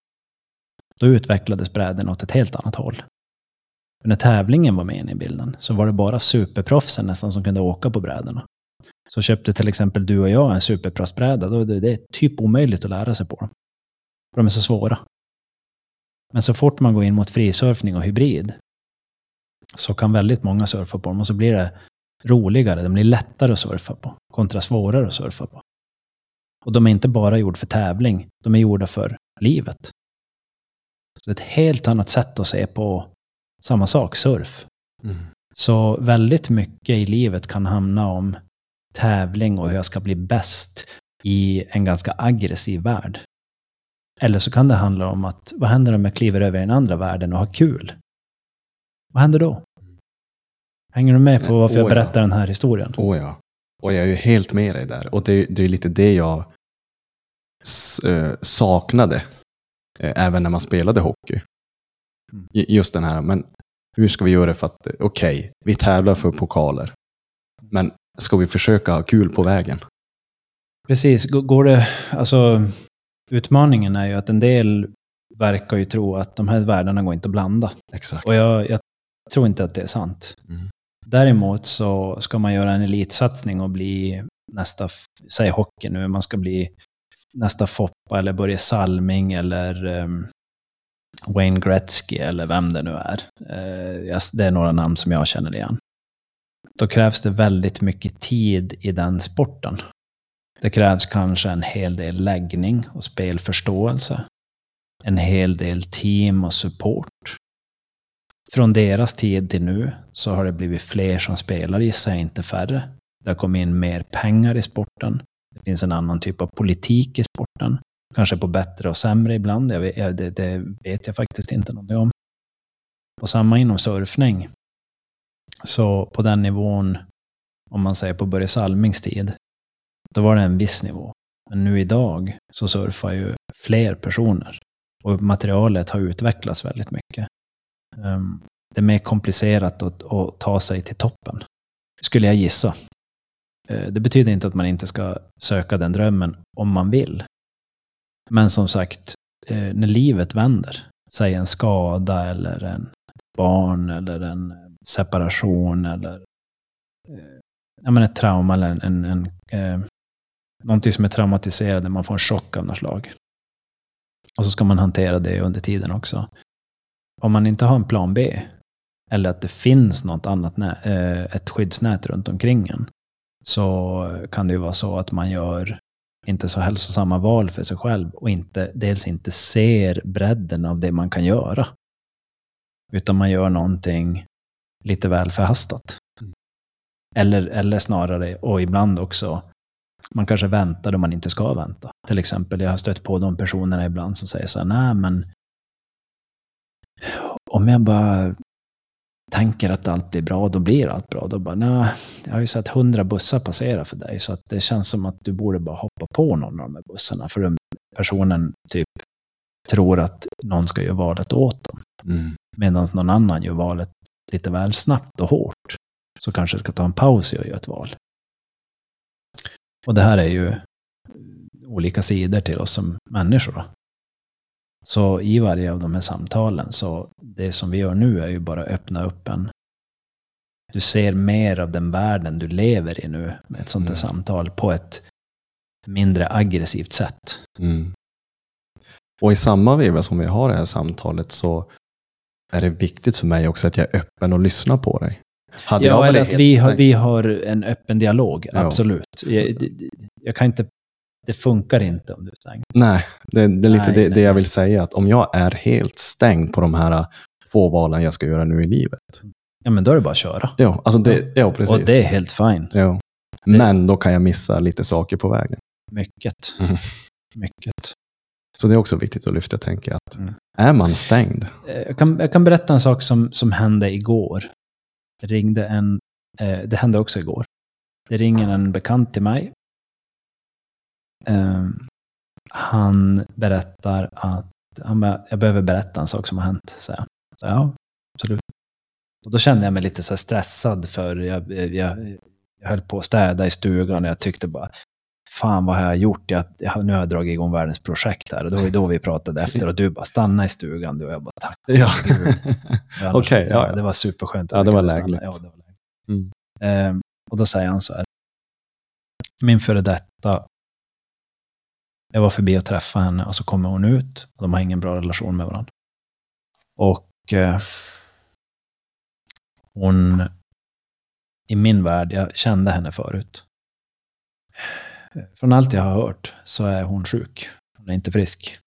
då utvecklades brädorna åt ett helt annat håll. För när tävlingen var med i bilden så var det bara superproffsen nästan som kunde åka på brädorna. Så köpte till exempel du och jag en superproffsbräda, då det är typ omöjligt att lära sig på dem. För de är så svåra. Men så fort man går in mot frisurfning och hybrid så kan väldigt många surfa på dem, och så blir det roligare, de blir lättare att surfa på kontra svårare att surfa på. Och de är inte bara gjorda för tävling, de är gjorda för livet. Så det är ett helt annat sätt att se på samma sak, surf. Så väldigt mycket i livet kan hamna om tävling och hur jag ska bli bäst i en ganska aggressiv värld. Eller så kan det handla om att vad händer om jag kliver över i den andra världen och har kul? Vad händer då? Hänger du med på varför jag berättar den här historien? Ja. Och jag är ju helt med dig där. Och det är lite det jag saknade även när man spelade hockey. Just den här, men hur ska vi göra för att, okej, vi tävlar för pokaler. Men ska vi försöka ha kul på vägen? Precis, går det, alltså utmaningen är ju att en del verkar ju tro att de här världarna går inte att blanda. Exakt. Och jag tror inte att det är sant. Däremot så ska man göra en elitsatsning och bli nästa, säg hockey nu, man ska bli nästa Foppa eller Börje Salming eller Wayne Gretzky eller vem det nu är. Det är några namn som jag känner igen. Då krävs det väldigt mycket tid i den sporten. Det krävs kanske en hel del läggning och spelförståelse. En hel del team och support. Från deras tid till nu så har det blivit fler som spelar, gissar jag, inte färre. Det har kommit in mer pengar i sporten. Det finns en annan typ av politik i sporten. Kanske på bättre och sämre ibland. Det vet jag faktiskt inte någonting om. Och samma inom surfning. Så på den nivån, om man säger på Börje Salmings tid, då var det en viss nivå. Men nu idag så surfar ju fler personer. Och materialet har utvecklats väldigt mycket. Det är mer komplicerat att ta sig till toppen. Skulle jag gissa. Det betyder inte att man inte ska söka den drömmen om man vill. Men som sagt, när livet vänder, säg en skada eller en barn eller en separation eller ett trauma eller någonting som är traumatiserande, man får en chock av något slag. Och så ska man hantera det under tiden också. Om man inte har en plan B eller att det finns något annat ett skyddsnät runt omkring en, så kan det ju vara så att man gör inte så hälsosamma val för sig själv och dels inte ser bredden av det man kan göra. Utan man gör någonting lite väl förhastat. Eller snarare, och ibland också, man kanske väntar då man inte ska vänta. Till exempel, jag har stött på de personerna ibland som säger så här: nej men om jag bara tänker att allt blir bra, då blir allt bra. Då bara, nej, jag har ju sett 100 bussar passera för dig, så att det känns som att du borde bara hoppa på någon av de här bussarna, för den personen typ tror att någon ska göra valet åt dem. Medan någon annan gör valet lite väl snabbt och hårt, så kanske ska ta en paus och göra ett val. Och det här är ju olika sidor till oss som människor då. Så i varje av de här samtalen, så det som vi gör nu är ju bara öppna upp du ser mer av den världen du lever i nu med ett sånt här samtal på ett mindre aggressivt sätt. Och i samma veva som vi har det här samtalet, så är det viktigt för mig också att jag är öppen och lyssnar på dig. Eller att vi har en öppen dialog, absolut. Jag kan inte, det funkar inte om du är stängd. Nej, det är lite det jag vill säga. Att om jag är helt stängd på de här få valen jag ska göra nu i livet. Ja, men då är det bara att köra. Ja, alltså precis. Och det är helt fine. Ja. Men då kan jag missa lite saker på vägen. Mycket. Mycket. Så det är också viktigt att lyfta, tänker jag. Att är man stängd? Jag kan berätta en sak som hände igår. Det hände också igår. Det ringer en bekant till mig. Han berättar att jag behöver berätta en sak som har hänt, säger han. Så ja, absolut. Och då kände jag mig lite så här stressad, för jag höll på att städa i stugan och jag tyckte bara, fan vad har jag gjort? Nu har jag dragit igång världens projekt här, och då var då vi pratade efter och du bara stanna i stugan, och jag bara tack. Ja. Okej, det var superskönt. Ja, det var lägligt. Ja, det var lägligt. Och då säger han så här: min före detta, jag var förbi och träffade henne och så kommer hon ut och de har ingen bra relation med varandra. Och hon, i min värld, jag kände henne förut. Från allt jag har hört så är hon sjuk. Hon är inte frisk.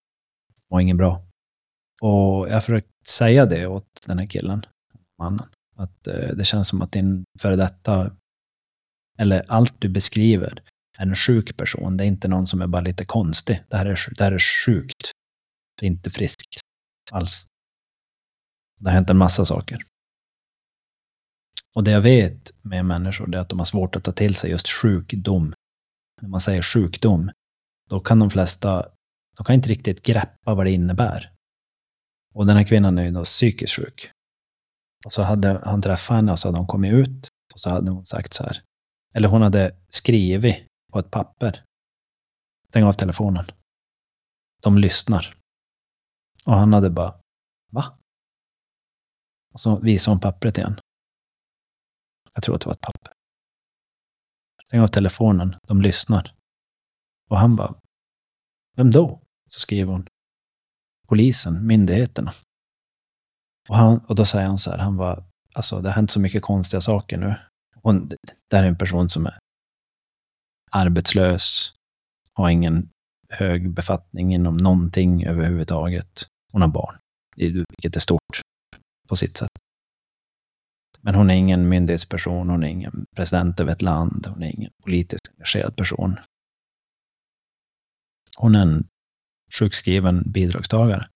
Och ingen bra. Och jag har försökt säga det åt den här killen, mannen. Att det känns som att din före detta, eller allt du beskriver, är en sjuk person. Det är inte någon som är bara lite konstig. Det här är sjukt. Det är inte friskt alls. Det har hänt en massa saker. Och det jag vet med människor är att de har svårt att ta till sig just sjukdom. När man säger sjukdom, då kan de flesta, de kan inte riktigt greppa vad det innebär. Och den här kvinnan är ju då psykiskt sjuk. Och så hade han träffat henne och så hade hon kommit ut. Och så hade hon sagt så här. Eller hon hade skrivit på ett papper. Stäng av telefonen. De lyssnar. Och han hade bara, va? Och så visade hon pappret igen. Jag tror att det var ett papper. Stäng av telefonen. De lyssnar. Och han bara, vem då? Så skriver hon. Polisen, myndigheterna. Och då säger han så här, han var, alltså det har hänt så mycket konstiga saker nu. Det här är en person som är arbetslös, har ingen hög befattning inom någonting överhuvudtaget. Hon har barn, vilket är stort på sitt sätt. Men hon är ingen myndighetsperson, hon är ingen president över ett land, hon är ingen politiskt engagerad person. Hon är en sjukskriven bidragstagare.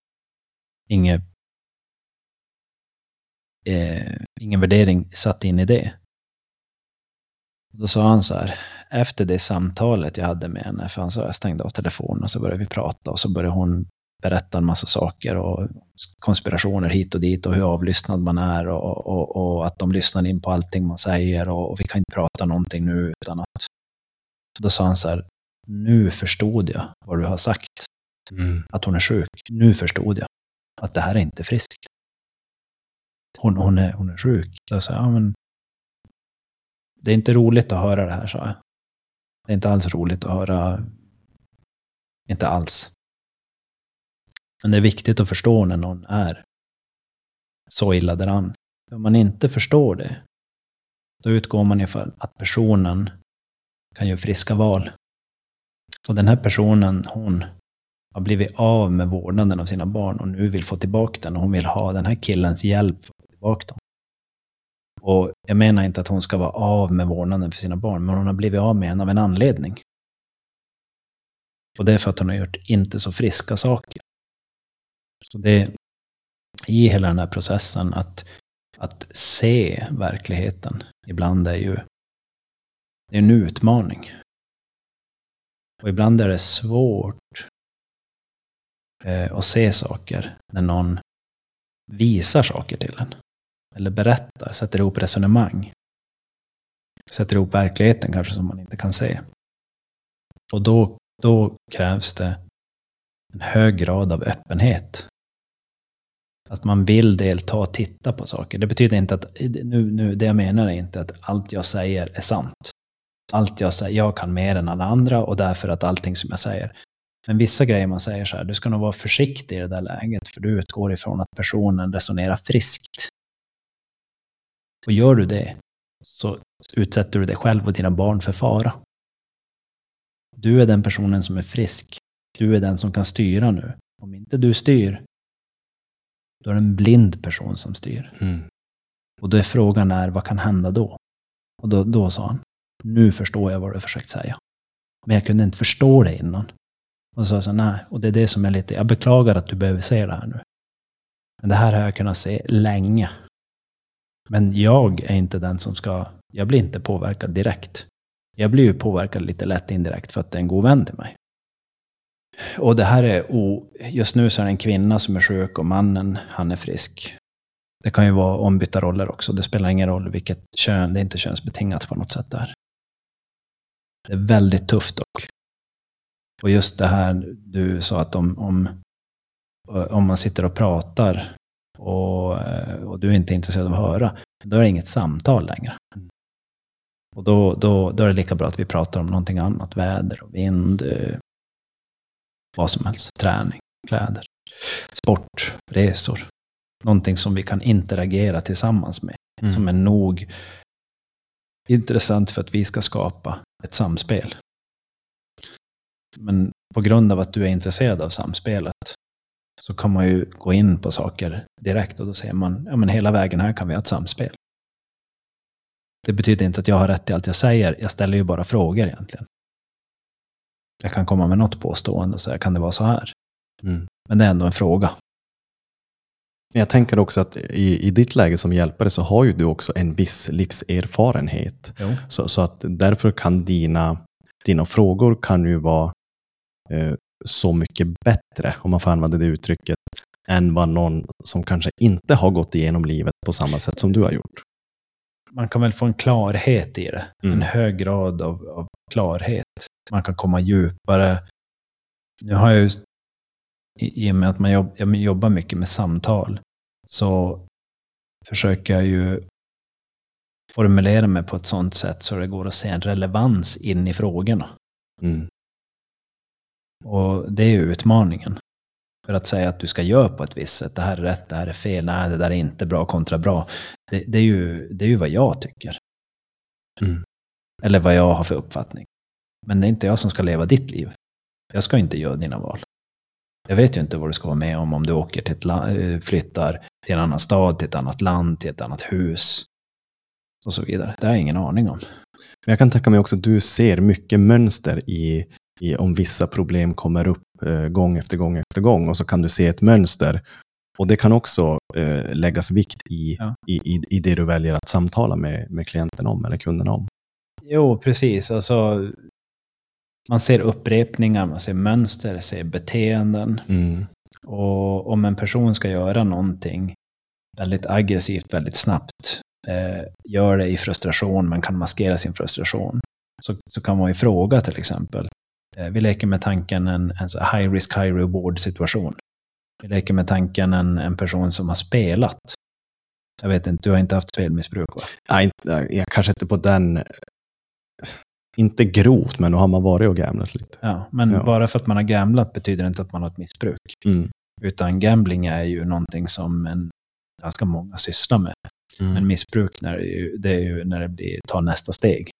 Ingen värdering satt in i det. Då sa han så här, efter det samtalet jag hade med henne, för han sa jag stängde av telefonen och så började vi prata och så började hon berätta en massa saker och konspirationer hit och dit och hur avlyssnad man är och att de lyssnar in på allting man säger och vi kan inte prata någonting nu utan att. Då sa han så här, nu förstod jag vad du har sagt. Att hon är sjuk. Nu förstod jag att det här är inte friskt. Hon är sjuk. Jag sa, ja, men det är inte roligt att höra det här, sa jag. Det är inte alls roligt att höra. Inte alls. Men det är viktigt att förstå när någon är så illa däran. Om man inte förstår det, då utgår man ifrån att personen kan göra friska val. Och den här personen, hon har blivit av med vårdnaden av sina barn och nu vill få tillbaka den och hon vill ha den här killens hjälp för att få tillbaka dem. Och jag menar inte att hon ska vara av med vårdnaden för sina barn, men hon har blivit av med en av en anledning. Och det är för att hon har gjort inte så friska saker. Så det är i hela den här processen att se verkligheten ibland är ju en utmaning. Och ibland är det svårt att se saker när någon visar saker till en. Eller berättar, sätter ihop resonemang. Sätter ihop verkligheten kanske som man inte kan se. Och då krävs det en hög grad av öppenhet. Att man vill delta och titta på saker. Det betyder inte att, det jag menar är inte att allt jag säger är sant. Allt jag säger, jag kan mer än alla andra och därför att allting som jag säger. Men vissa grejer man säger så här, du ska nog vara försiktig i det där läget för du utgår ifrån att personen resonerar friskt. Och gör du det så utsätter du dig själv och dina barn för fara. Du är den personen som är frisk. Du är den som kan styra nu. Om inte du styr, då är det en blind person som styr. Och då är frågan vad kan hända då? Och då sa han, nu förstår jag vad du försökt säga. Men jag kunde inte förstå det innan. Och så sa jag, nej, och det är det som är lite, jag beklagar att du behöver se det här nu. Men det här har jag kunnat se länge. Men jag är inte den som jag blir inte påverkad direkt. Jag blir ju påverkad lite lätt indirekt för att det är en god vän till mig. Och det här är, just nu så är det en kvinna som är sjuk och mannen, han är frisk. Det kan ju vara ombytta roller också. Det spelar ingen roll vilket kön, det är inte könsbetingat på något sätt där. Det är väldigt tufft dock. Och just det här du sa att om man sitter och pratar och du är inte intresserad av att höra, då är det inget samtal längre. Och då är det lika bra att vi pratar om någonting annat, väder och vind, vad som helst, träning, kläder, sport, resor. Någonting som vi kan interagera tillsammans med, som är nog intressant för att vi ska skapa ett samspel. Men på grund av att du är intresserad av samspelet så kan man ju gå in på saker direkt och då säger man, ja men hela vägen här kan vi ha ett samspel. Det betyder inte att jag har rätt i allt jag säger. Jag ställer ju bara frågor egentligen. Jag kan komma med något påstående och säga, kan det vara så här? Men det är ändå en fråga. Jag tänker också att i ditt läge som hjälpare så har ju du också en viss livserfarenhet. Så att därför kan dina frågor kan ju vara så mycket bättre, om man får använda det uttrycket, än vad någon som kanske inte har gått igenom livet på samma sätt som du har gjort. Man kan väl få en klarhet i det. En hög grad av klarhet. Man kan komma djupare. Nu har jag ju, i och med att jag jobbar mycket med samtal, så försöker jag ju formulera mig på ett sånt sätt så det går att se en relevans in i frågorna. Och det är ju utmaningen. För att säga att du ska göra på ett visst sätt. Det här är rätt, det här är fel, nej det där är inte bra kontra bra. Det är ju vad jag tycker. Eller vad jag har för uppfattning. Men det är inte jag som ska leva ditt liv. Jag ska inte göra dina val. Jag vet ju inte vad du ska vara med om du åker till flyttar till en annan stad, till ett annat land, till ett annat hus. Och så vidare. Det har jag ingen aning om. Men jag kan tänka mig också att du ser mycket mönster i om vissa problem kommer upp gång efter gång efter gång. Och så kan du se ett mönster. Och det kan också läggas vikt i det du väljer att samtala med klienten om eller kunden om. Jo, precis. Alltså, man ser upprepningar, man ser mönster, ser beteenden. Och om en person ska göra någonting väldigt aggressivt, väldigt snabbt, gör det i frustration, men kan maskera sin frustration, så kan man ju fråga till exempel. Vi leker med tanken en high risk, high reward situation. Vi leker med tanken en person som har spelat. Jag vet inte, du har inte haft spelmissbruk, va? Nej, jag kanske inte på den... Inte grovt, men då har man varit och gamblat lite. Ja, men bara för att man har gamblat betyder det inte att man har ett missbruk. Utan gambling är ju någonting som ganska många sysslar med. Men missbruk, det är ju när det tar nästa steg.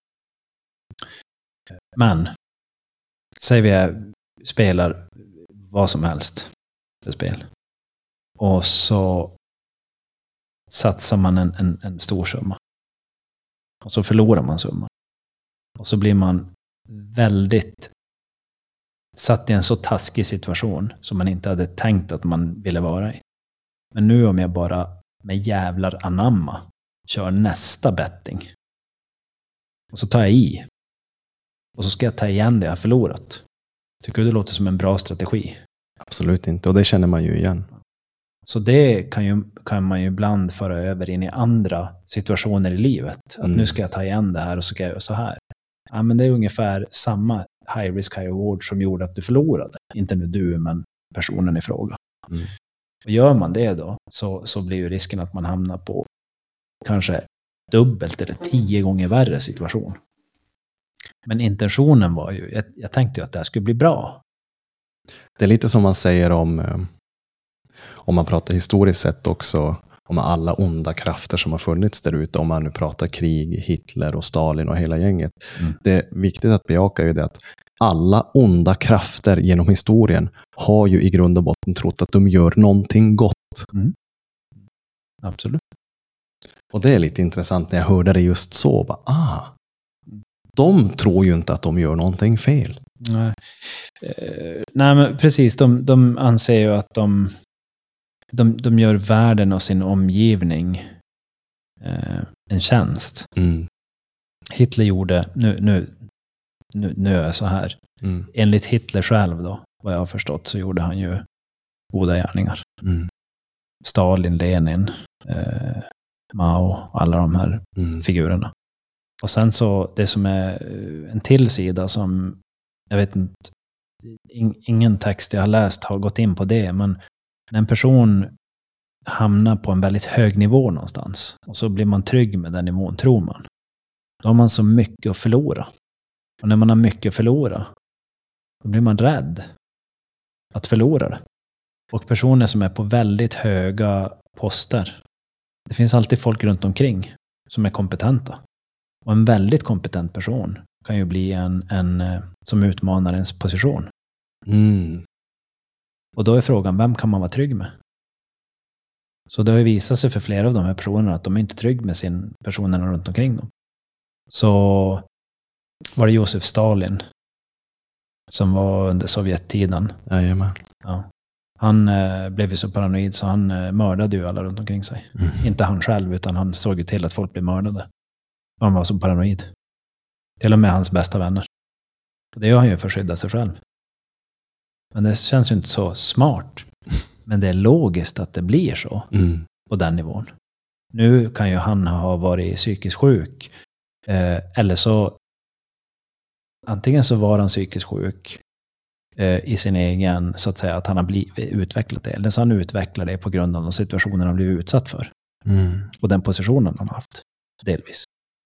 Men säg vi spelar vad som helst för spel. Och så satsar man en stor summa. Och så förlorar man summan. Och så blir man väldigt satt i en så taskig situation som man inte hade tänkt att man ville vara i. Men nu om jag bara med jävlar anamma kör nästa betting. Och så tar jag i. Och så ska jag ta igen det jag har förlorat. Tycker du det låter som en bra strategi? Absolut inte, och det känner man ju igen. Så det kan man ju ibland föra över in i andra situationer i livet. Att nu ska jag ta igen det här och så ska jag göra så här. Ja, men det är ungefär samma high risk, high reward som gjorde att du förlorade. Inte nu du, men personen i fråga. Och gör man det då, så blir ju risken att man hamnar på kanske dubbelt eller 10 gånger värre situation. Men intentionen var ju, jag tänkte ju att det här skulle bli bra. Det är lite som man säger om man pratar historiskt sett också, om alla onda krafter som har funnits där ute, om man nu pratar krig, Hitler och Stalin och hela gänget. Det är viktigt att bejaka ju det att alla onda krafter genom historien har ju i grund och botten trott att de gör någonting gott. Absolut. Och det är lite intressant när jag hörde det just så. De tror ju inte att de gör någonting fel. Nej, men precis. De anser ju att de gör världen och sin omgivning en tjänst. Hitler gjorde, nu är jag så här. Enligt Hitler själv då, vad jag har förstått, så gjorde han ju goda gärningar. Stalin, Lenin, Mao, alla de här figurerna. Och sen så, det som är en till sida som, jag vet inte, ingen text jag har läst har gått in på det, men när en person hamnar på en väldigt hög nivå någonstans och så blir man trygg med den nivån, tror man. Då har man så mycket att förlora. Och när man har mycket att förlora, då blir man rädd att förlora det. Och personer som är på väldigt höga poster, det finns alltid folk runt omkring som är kompetenta. Och en väldigt kompetent person kan ju bli en som utmanar ens position. Och då är frågan, vem kan man vara trygg med? Så det har ju visat sig för flera av de här personerna att de är inte trygga med personerna runt omkring dem. Så var det Josef Stalin som var under Sovjettiden. Jajamän. Ja. Han blev ju så paranoid så han mördade ju alla runt omkring sig. Inte han själv, utan han såg ju till att folk blev mördade. Han var så paranoid. Till och med hans bästa vänner. Och det gör han ju för att skydda sig själv. Men det känns ju inte så smart. Men det är logiskt att det blir så på den nivån. Nu kan ju han ha varit psykiskt sjuk. Eller så antingen så var han psykiskt sjuk i sin egen, så att säga, att han har utvecklat det. Eller så han utvecklar det på grund av de situationer han blivit utsatt för. Och den positionen han har haft. Delvis.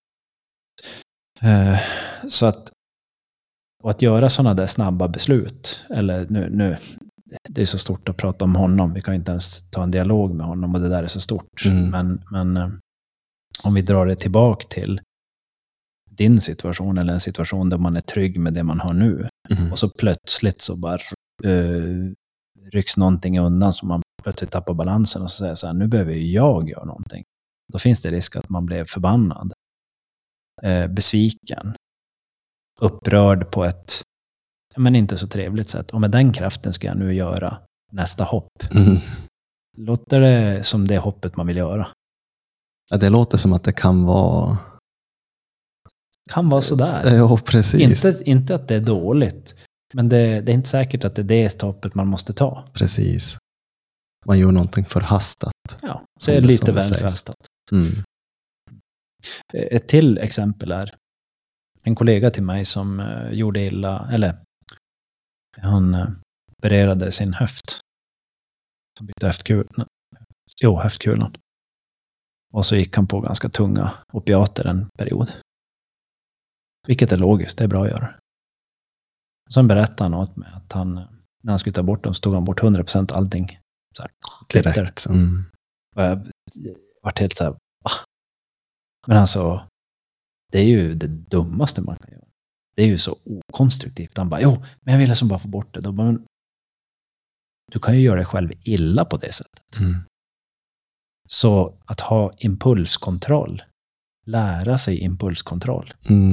Så att göra sådana där snabba beslut, eller nu det är så stort att prata om honom, vi kan inte ens ta en dialog med honom och det där är så stort. Men om vi drar det tillbaka till din situation eller en situation där man är trygg med det man har nu och så plötsligt så bara rycks någonting undan så man plötsligt tappar balansen och så säger så här, nu behöver jag göra någonting. Då finns det risk att man blir förbannad, besviken, upprörd på ett men inte så trevligt sätt. Och med den kraften ska jag nu göra nästa hopp. Låter det som det hoppet man vill göra? Ja, det låter som att det kan vara sådär. Ja, precis. Inte att det är dåligt. Men det är inte säkert att det är det hoppet man måste ta. Precis. Man gör någonting förhastat. Ja, så är det lite väl förhastat. Ett till exempel är en kollega till mig som gjorde illa, eller han opererade sin höft. Han bytte höftkulan. Och så gick han på ganska tunga opiater en period. Vilket är logiskt, det är bra att göra. Och sen berättade han åt mig att han, när han skulle ta bort dem, så tog han bort 100% allting. Så här, direkt. Och jag var helt så här, va? Men alltså, det är ju det dummaste man kan göra. Det är ju så okonstruktivt. Han bara, men jag ville som bara få bort det. Då bara, men, du kan ju göra dig själv illa på det sättet. Så att ha impulskontroll, lära sig impulskontroll.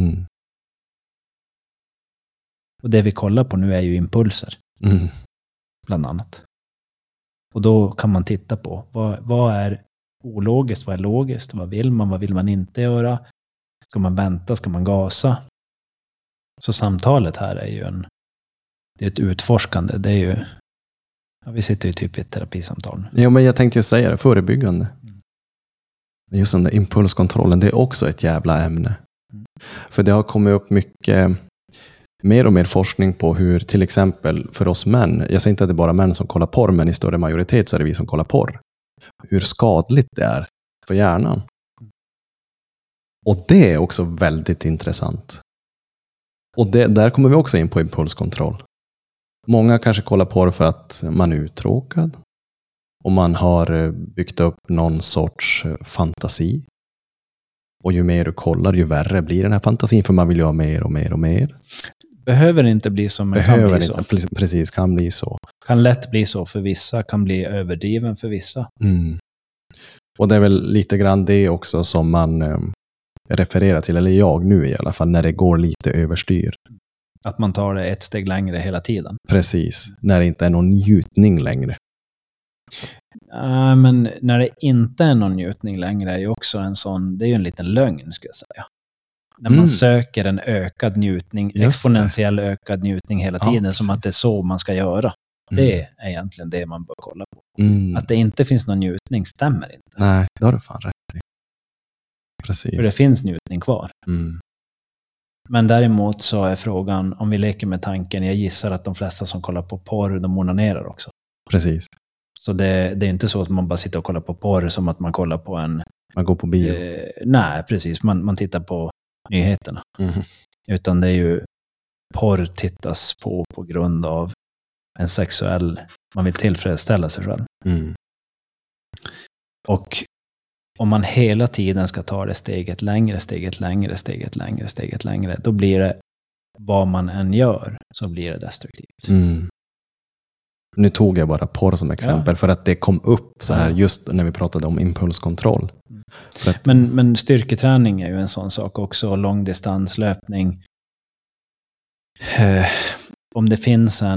Och det vi kollar på nu är ju impulser. Bland annat. Och då kan man titta på vad är ologiskt, vad är logiskt, vad vill man inte göra? Ska man vänta, ska man gasa? Så samtalet här är ju det är ett utforskande. Det är ju, vi sitter ju typ i ett terapisamtal. Ja, men jag tänkte ju säga det, förebyggande. Men just den där impulskontrollen, det är också ett jävla ämne. För det har kommit upp mycket, mer och mer forskning på hur, till exempel för oss män, jag säger inte att det är bara män som kollar porr, men i större majoritet så är det vi som kollar porr. Hur skadligt det är för hjärnan. Och det är också väldigt intressant. Och där kommer vi också in på impulskontroll. Många kanske kollar porr för att man är uttråkad. Och man har byggt upp någon sorts fantasi. Och ju mer du kollar, ju värre blir den här fantasin. För man vill ju ha mer och mer och mer. Behöver inte bli så, men kan bli så. Precis, kan bli så. Kan lätt bli så för vissa. Kan bli överdriven för vissa. Och det är väl lite grann det också som man refererar till. Eller jag nu i alla fall. När det går lite överstyr. Att man tar det ett steg längre hela tiden. Precis. När det inte är någon njutning längre. Men när det inte är någon njutning längre är ju också en sån, det är ju en liten lögn ska jag säga. När man söker en ökad njutning, exponentiell ökad njutning hela tiden, precis. Som att det är så man ska göra. Det är egentligen det man bör kolla på. Att det inte finns någon njutning stämmer inte. Nej, det har du fan rätt i. Precis. För det finns njutning kvar. Men däremot så är frågan, om vi leker med tanken, jag gissar att de flesta som kollar på porr, de onanerar också. Precis. Så det är inte så att man bara sitter och kollar på porr som att man kollar på en... Man går på bio. Nej, precis. Man tittar på nyheterna. Utan det är ju porr tittas på grund av en sexuell... Man vill tillfredsställa sig själv. Och om man hela tiden ska ta det steget längre, då blir det, vad man än gör, så blir det destruktivt. Nu tog jag bara porr som exempel för att det kom upp så här just när vi pratade om impulskontroll. Men styrketräning är ju en sån sak också, långdistanslöpning. Om det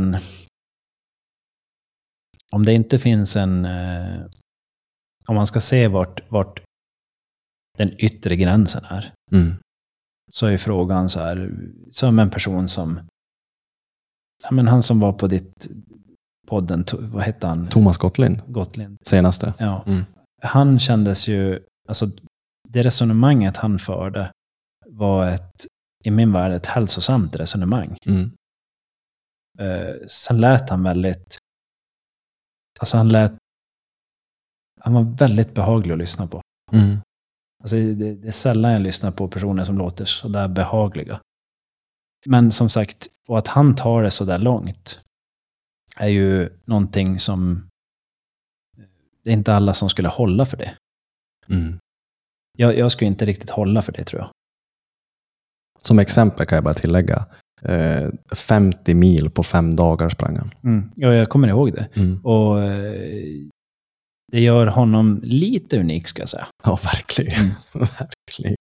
inte finns en om man ska se vart den yttre gränsen är, så är frågan så här, som en person som han som var på ditt podden, vad hette han? Thomas Gottlind. Senaste. Ja. Han kändes ju, alltså det resonemanget han förde var i min värld ett hälsosamt resonemang. Sen lät han väldigt, alltså han var väldigt behaglig att lyssna på. Alltså det är sällan jag lyssnar på personer som låter så där behagliga. Men som sagt, och att han tar det så där långt är ju någonting som det är inte alla som skulle hålla för det. Jag skulle inte riktigt hålla för det, tror jag. Som exempel kan jag bara tillägga 50 mil på 5 dagar sprang han. Ja, jag kommer ihåg det. Och det gör honom lite unik, ska jag säga. Ja, verkligen. Verkligen.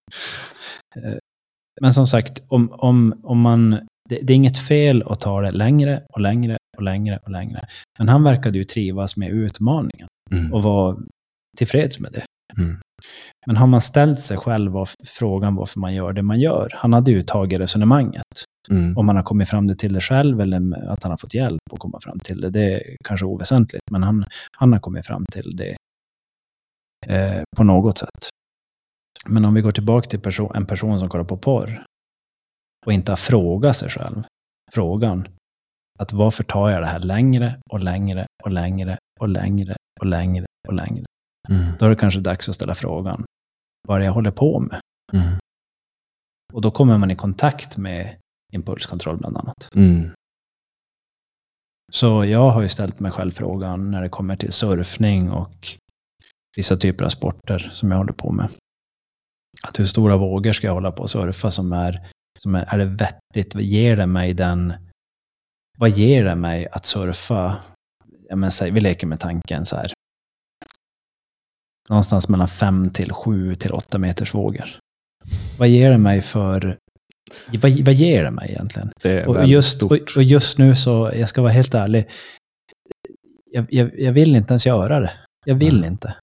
Men som sagt, om man det är inget fel att ta det längre och längre och längre och längre. Men han verkade ju trivas med utmaningen och var tillfreds med det. Men har man ställt sig själv frågan varför man gör det man gör, han hade ju tagit resonemanget. Om man har kommit fram till det själv eller att han har fått hjälp att komma fram till det är kanske oväsentligt, men han har kommit fram till det på något sätt. Men om vi går tillbaka till en person som kollar på porr och inte har frågat sig själv frågan att varför tar jag det här längre och längre och längre och längre och längre och längre. Då är det kanske dags att ställa frågan, vad är det jag håller på med? Och då kommer man i kontakt med impulskontroll bland annat. Så jag har ju ställt mig själv frågan när det kommer till surfning och vissa typer av sporter som jag håller på med. Att hur stora vågor ska jag hålla på att surfa som är det vettigt? Vad ger det mig att surfa? Vi leker med tanken så här. Någonstans mellan 5 till 7 till 8 meters vågor. Vad ger det mig vad ger det mig egentligen? Det är och just nu så, jag ska vara helt ärlig, jag vill inte ens göra det. Jag vill inte.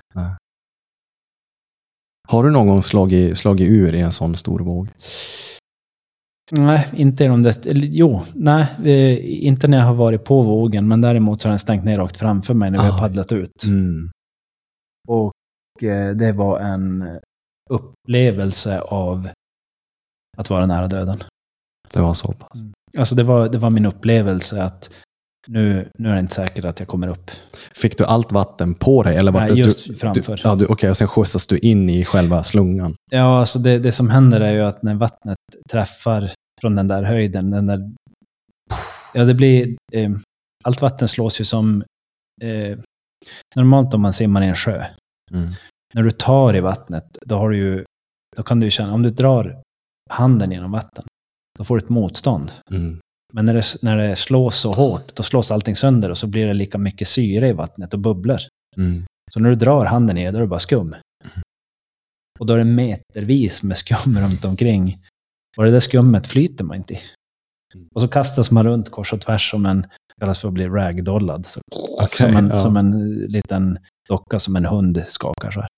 Har du någon gång slagit ur i en sån stor våg? Nej, inte i de där. Inte när jag har varit på vågen, men däremot så har den stängt ner rakt framför mig när vi har paddlat ut. Och det var en upplevelse av att vara nära döden. Det var så pass. Alltså det var min upplevelse att nu är det inte säkert att jag kommer upp. Fick du allt vatten på dig? Eller var Nej, just framför. Okej, och sen skjutsas du in i själva slungan? Ja, alltså det som händer är ju att när vattnet träffar från den där höjden, det blir... allt vatten slås ju som... normalt om man simmar i en sjö. När du tar i vattnet, då kan du ju känna, om du drar handen genom vatten, då får du ett motstånd. Men när det slås så hårt, då slås allting sönder och så blir det lika mycket syre i vattnet och bubblar. Så när du drar handen ner, då är det bara skum. Och då är det metervis med skum runt omkring. Och det där skummet flyter man inte i. Och så kastas man runt kors och tvärs som kallas för att bli ragdollad. Som en liten docka som en hund skakar så här.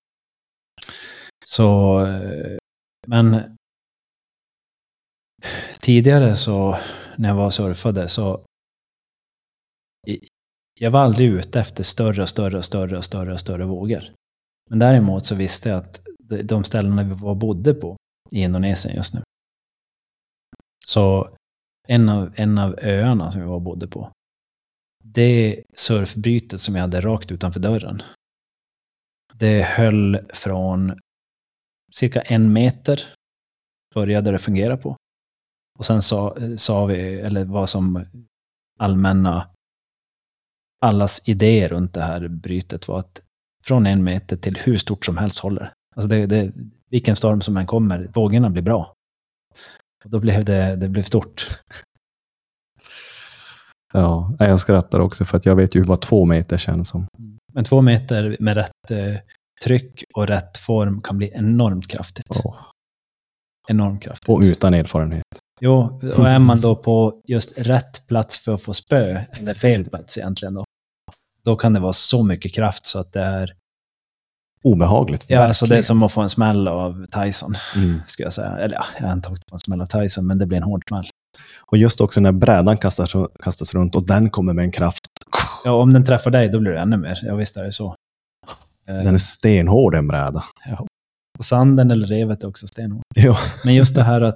Så, men tidigare så när jag var surfade så jag var aldrig ute efter större vågor. Men däremot så visste jag att de ställena vi bodde på i Indonesien just nu. Så en av öarna som vi bodde på, det surfbrytet som jag hade rakt utanför dörren, det höll från cirka 1 meter började det fungera på. Och sen sa vi, eller vad som allas idé runt det här brytet var att från 1 meter till hur stort som helst håller. Alltså vilken storm som än kommer, vågorna blir bra. Och då blev det blev stort. Ja, jag skrattar också för att jag vet ju vad 2 meter känns som. Men 2 meter med rätt tryck och rätt form kan bli enormt kraftigt. Enormt kraftigt. Och utan erfarenhet. Jo, och är man då på just rätt plats för att få spö, eller fel plats egentligen då kan det vara så mycket kraft så att det är Obehagligt. Ja, alltså det är som att få en smäll av Tyson, skulle jag säga. Eller jag har inte tagit på en smäll av Tyson, men det blir en hård smäll. Och just också när brädan kastas runt och den kommer med en kraft. Ja, om den träffar dig, då blir det ännu mer. Ja, visst är det så. Den är stenhård, en bräda. Ja. Och sanden eller revet är också stenhård. Ja. Men just det här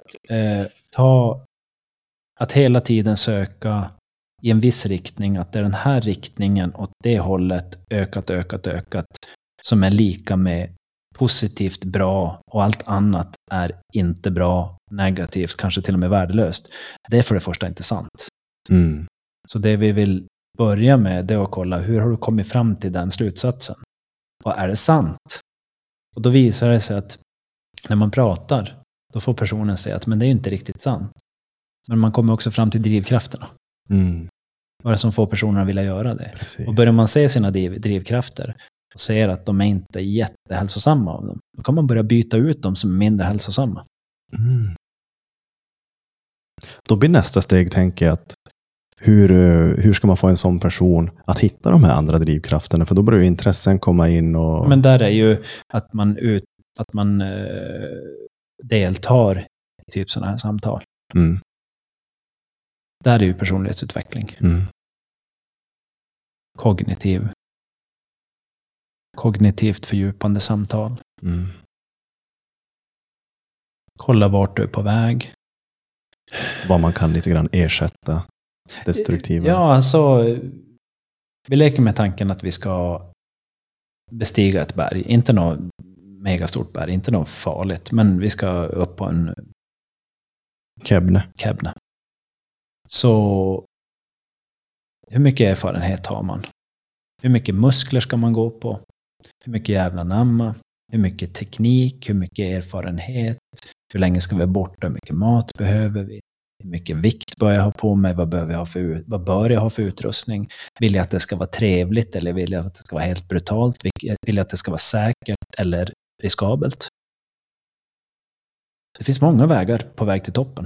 att hela tiden söka i en viss riktning, att det är den här riktningen åt det hållet ökat som är lika med positivt bra och allt annat är inte bra, negativt, kanske till och med värdelöst. Det är för det första inte sant. Så det vi vill börja med det är att kolla hur har du kommit fram till den slutsatsen? Och är det sant? Och då visar det sig att när man pratar, då får personen säga att men det är ju inte riktigt sant. Men man kommer också fram till drivkrafterna. Vad är det som får personer att vilja göra det? Precis. Och börjar man se sina drivkrafter och ser att de är inte jättehälsosamma av dem, då kan man börja byta ut dem som är mindre hälsosamma. Då blir nästa steg, tänker jag, att hur ska man få en sån person att hitta de här andra drivkrafterna? För då börjar ju intressen komma in. Men där är ju att man deltar i typ sådana här samtal. Där är ju personlighetsutveckling. Kognitivt fördjupande samtal. Kolla vart du är på väg. Vad man kan lite grann ersätta destruktiva. Ja, alltså vi leker med tanken att vi ska bestiga ett berg. Inte något megastort berg, inte något farligt, men vi ska upp på en Kebne. Så hur mycket erfarenhet har man? Hur mycket muskler ska man gå på? Hur mycket jävla namma? Hur mycket teknik? Hur mycket erfarenhet? Hur länge ska vi vara borta? Hur mycket mat behöver vi? Hur mycket vikt bör jag ha på mig? Vad bör jag ha för utrustning? Vill jag att det ska vara trevligt eller vill jag att det ska vara helt brutalt? Vill jag att det ska vara säkert eller riskabelt? Det finns många vägar på väg till toppen.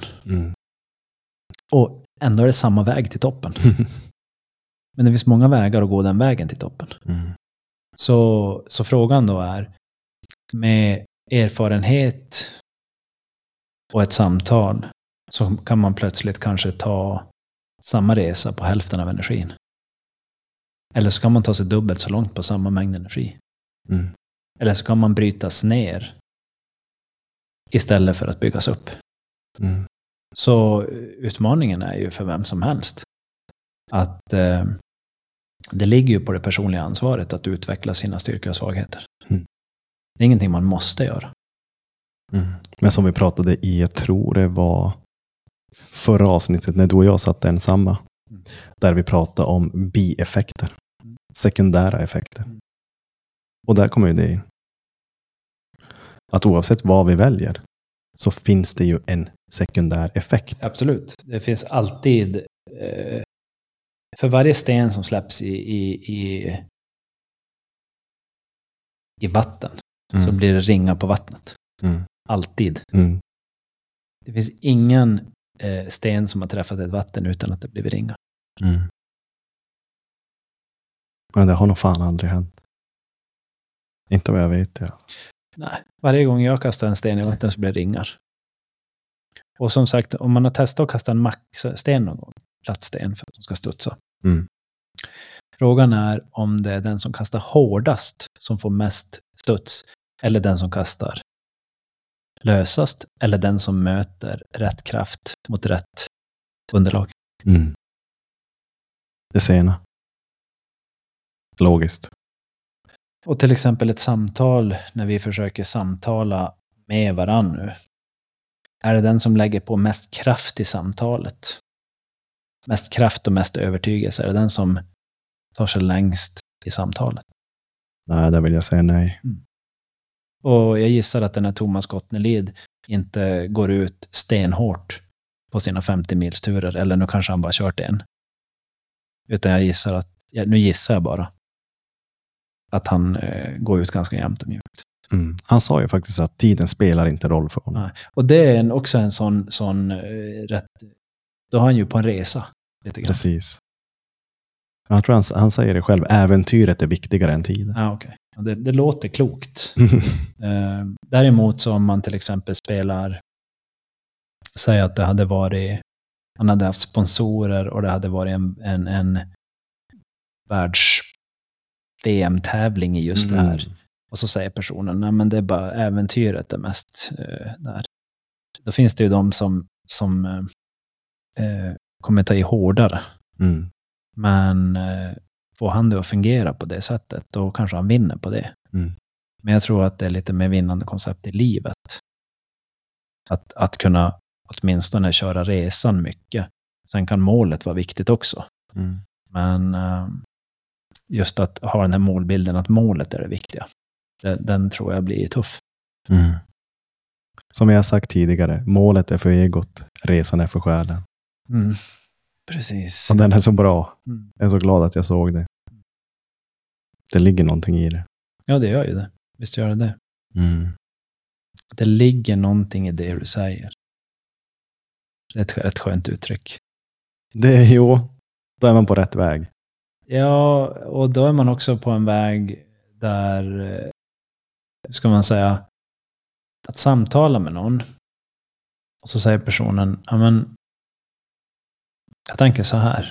Och ändå är det samma väg till toppen. Men det finns många vägar att gå den vägen till toppen. Så frågan då är, med erfarenhet och ett samtal så kan man plötsligt kanske ta samma resa på hälften av energin. Eller så kan man ta sig dubbelt så långt på samma mängd energi. Eller så kan man brytas ner istället för att byggas upp. Så utmaningen är ju för vem som helst att det ligger ju på det personliga ansvaret att utveckla sina styrkor och svagheter. Det är ingenting man måste göra. Men som vi pratade i, jag tror det var förra avsnittet när du och jag satt ensamma, där vi pratade om bieffekter, sekundära effekter. Och där kommer ju det in. Att oavsett vad vi väljer så finns det ju en sekundär effekt. Absolut. Det finns alltid för varje sten som släpps i vatten så blir det ringar på vattnet. Alltid. Det finns ingen sten som har träffat ett vatten utan att det blir ringar. Men det har nog fan aldrig hänt. Inte vad jag vet. Ja. Nej, varje gång jag kastar en sten i vatten så blir det ringar. Och som sagt, om man har testat att kasta en maxsten någon gång, plattsten för att de ska studsa. Frågan är om det är den som kastar hårdast som får mest studs, eller den som kastar lösast, eller den som möter rätt kraft mot rätt underlag. Det sena. Logiskt. Och till exempel ett samtal, när vi försöker samtala med varann nu. Är det den som lägger på mest kraft i samtalet? Mest kraft och mest övertygelse? Är det den som tar sig längst i samtalet? Nej, där vill jag säga nej. Och jag gissar att den här Thomas Gottnelid inte går ut stenhårt på sina 50 milsturer. Eller nu kanske han bara kört en. Utan jag gissar att, nu gissar jag bara, att han går ut ganska jämnt och mjukt. Han sa ju faktiskt att tiden spelar inte roll för honom. Nej. Och det är också en sån rätt, då har han ju på en resa lite grann. Precis. Jag tror han säger det själv, äventyret är viktigare än tiden. Ja, okej. Det låter klokt. Däremot så om man till exempel spelar, säg att det hade varit, han hade haft sponsorer och det hade varit en världs-VM-tävling i just det här. Och så säger personen, nej men det är bara äventyret är mest där. Då finns det ju de som kommer ta i hårdare. Men får han det att fungera på det sättet, då kanske han vinner på det. Men jag tror att det är lite mer vinnande koncept i livet. Att kunna åtminstone köra resan mycket. Sen kan målet vara viktigt också. Men just att ha den här målbilden, att målet är det viktiga. Den tror jag blir tuff. Som jag sagt tidigare, målet är för egot, resan är för själen. Precis. Och den är så bra. Jag är så glad att jag såg det. Det ligger någonting i det. Ja, det gör ju det. Visst gör det. Det ligger någonting i det du säger. Det är ett skönt uttryck. Det är ju, då är man på rätt väg. Ja, och då är man också på en väg där, ska man säga, att samtala med någon. Och så säger personen, ja men, jag tänker så här.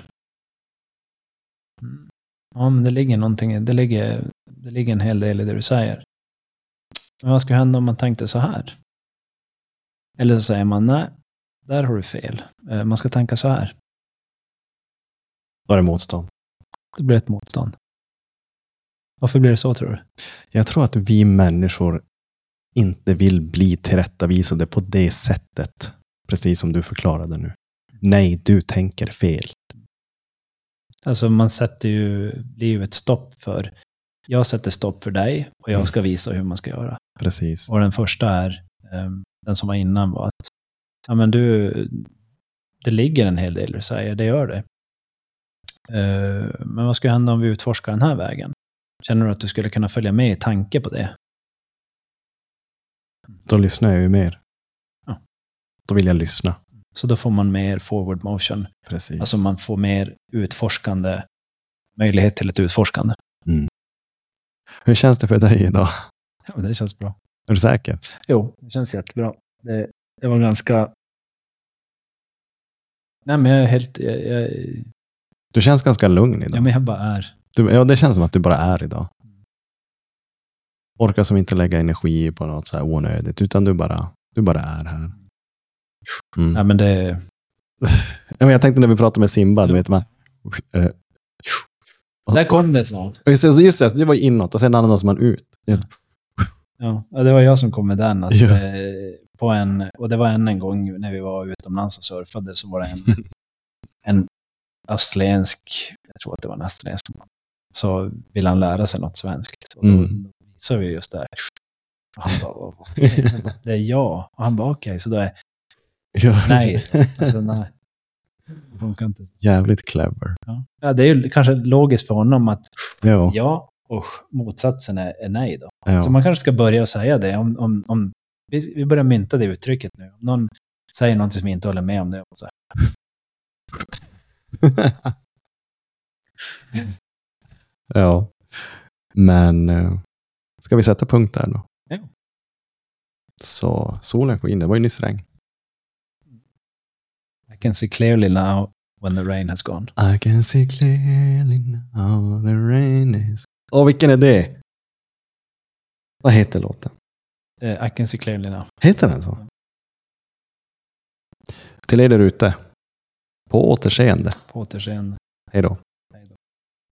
Ja, men det ligger någonting, det ligger en hel del i det du säger. Men vad ska hända om man tänkte så här? Eller så säger man, nej, där har du fel. Man ska tänka så här. Då är det motstånd. Det blir ett motstånd. Varför blir det så, tror du? Jag tror att vi människor inte vill bli tillrättavisade på det sättet. Precis som du förklarade nu. Nej, du tänker fel. Alltså man sätter ju livet stopp för, jag sätter stopp för dig och jag ska visa hur man ska göra. Precis. Och den första är, den som var innan var att, ja men det ligger en hel del du säger, det gör det. Men vad ska hända om vi utforskar den här vägen? Känner du att du skulle kunna följa med i tanke på det? Då lyssnar jag ju mer. Ja. Då vill jag lyssna. Så då får man mer forward motion. Precis. Alltså man får mer utforskande, möjlighet till ett utforskande. Hur känns det för dig idag? Ja, det känns bra. Är du säker? Jo, det känns jättebra. Det var ganska... Nej, men jag är helt... Du känns ganska lugn idag. Ja, men jag bara är. Ja, det känns som att du bara är idag. Orkar som inte lägga energi på något så här onödigt, utan du bara är här. Ja, men det... Jag tänkte när vi pratade med Simba, du vet man... Där kom det snart. Just det var inåt och sen andas man ut. Ja, det var jag som kom med den. Att, och det var en gång när vi var utomlands och surfade, så var det en australiensk, jag tror att det var en australiensk, så ville han lära sig något svenskt. Och då visade vi just det. Och han bara, det är jag. Och han bara, okej, så då är nej. Alltså, nej. Det funkar inte. Jävligt clever. Ja, det är ju kanske logiskt för honom att ja och motsatsen är nej då. Ja. Så man kanske ska börja säga det. Om vi börjar mynta det uttrycket nu. Om någon säger något som vi inte håller med om, det och så här. Ja. Men ska vi sätta punkt där då? Ja. Så solen går in, det var ju nyss regn. I can see clearly now when the rain has gone. I can see clearly now the rain is... vilken är det? Vad heter låten? I can see clearly now. Heter den så? Till er där ute. På återseende. På återseende. Hej då.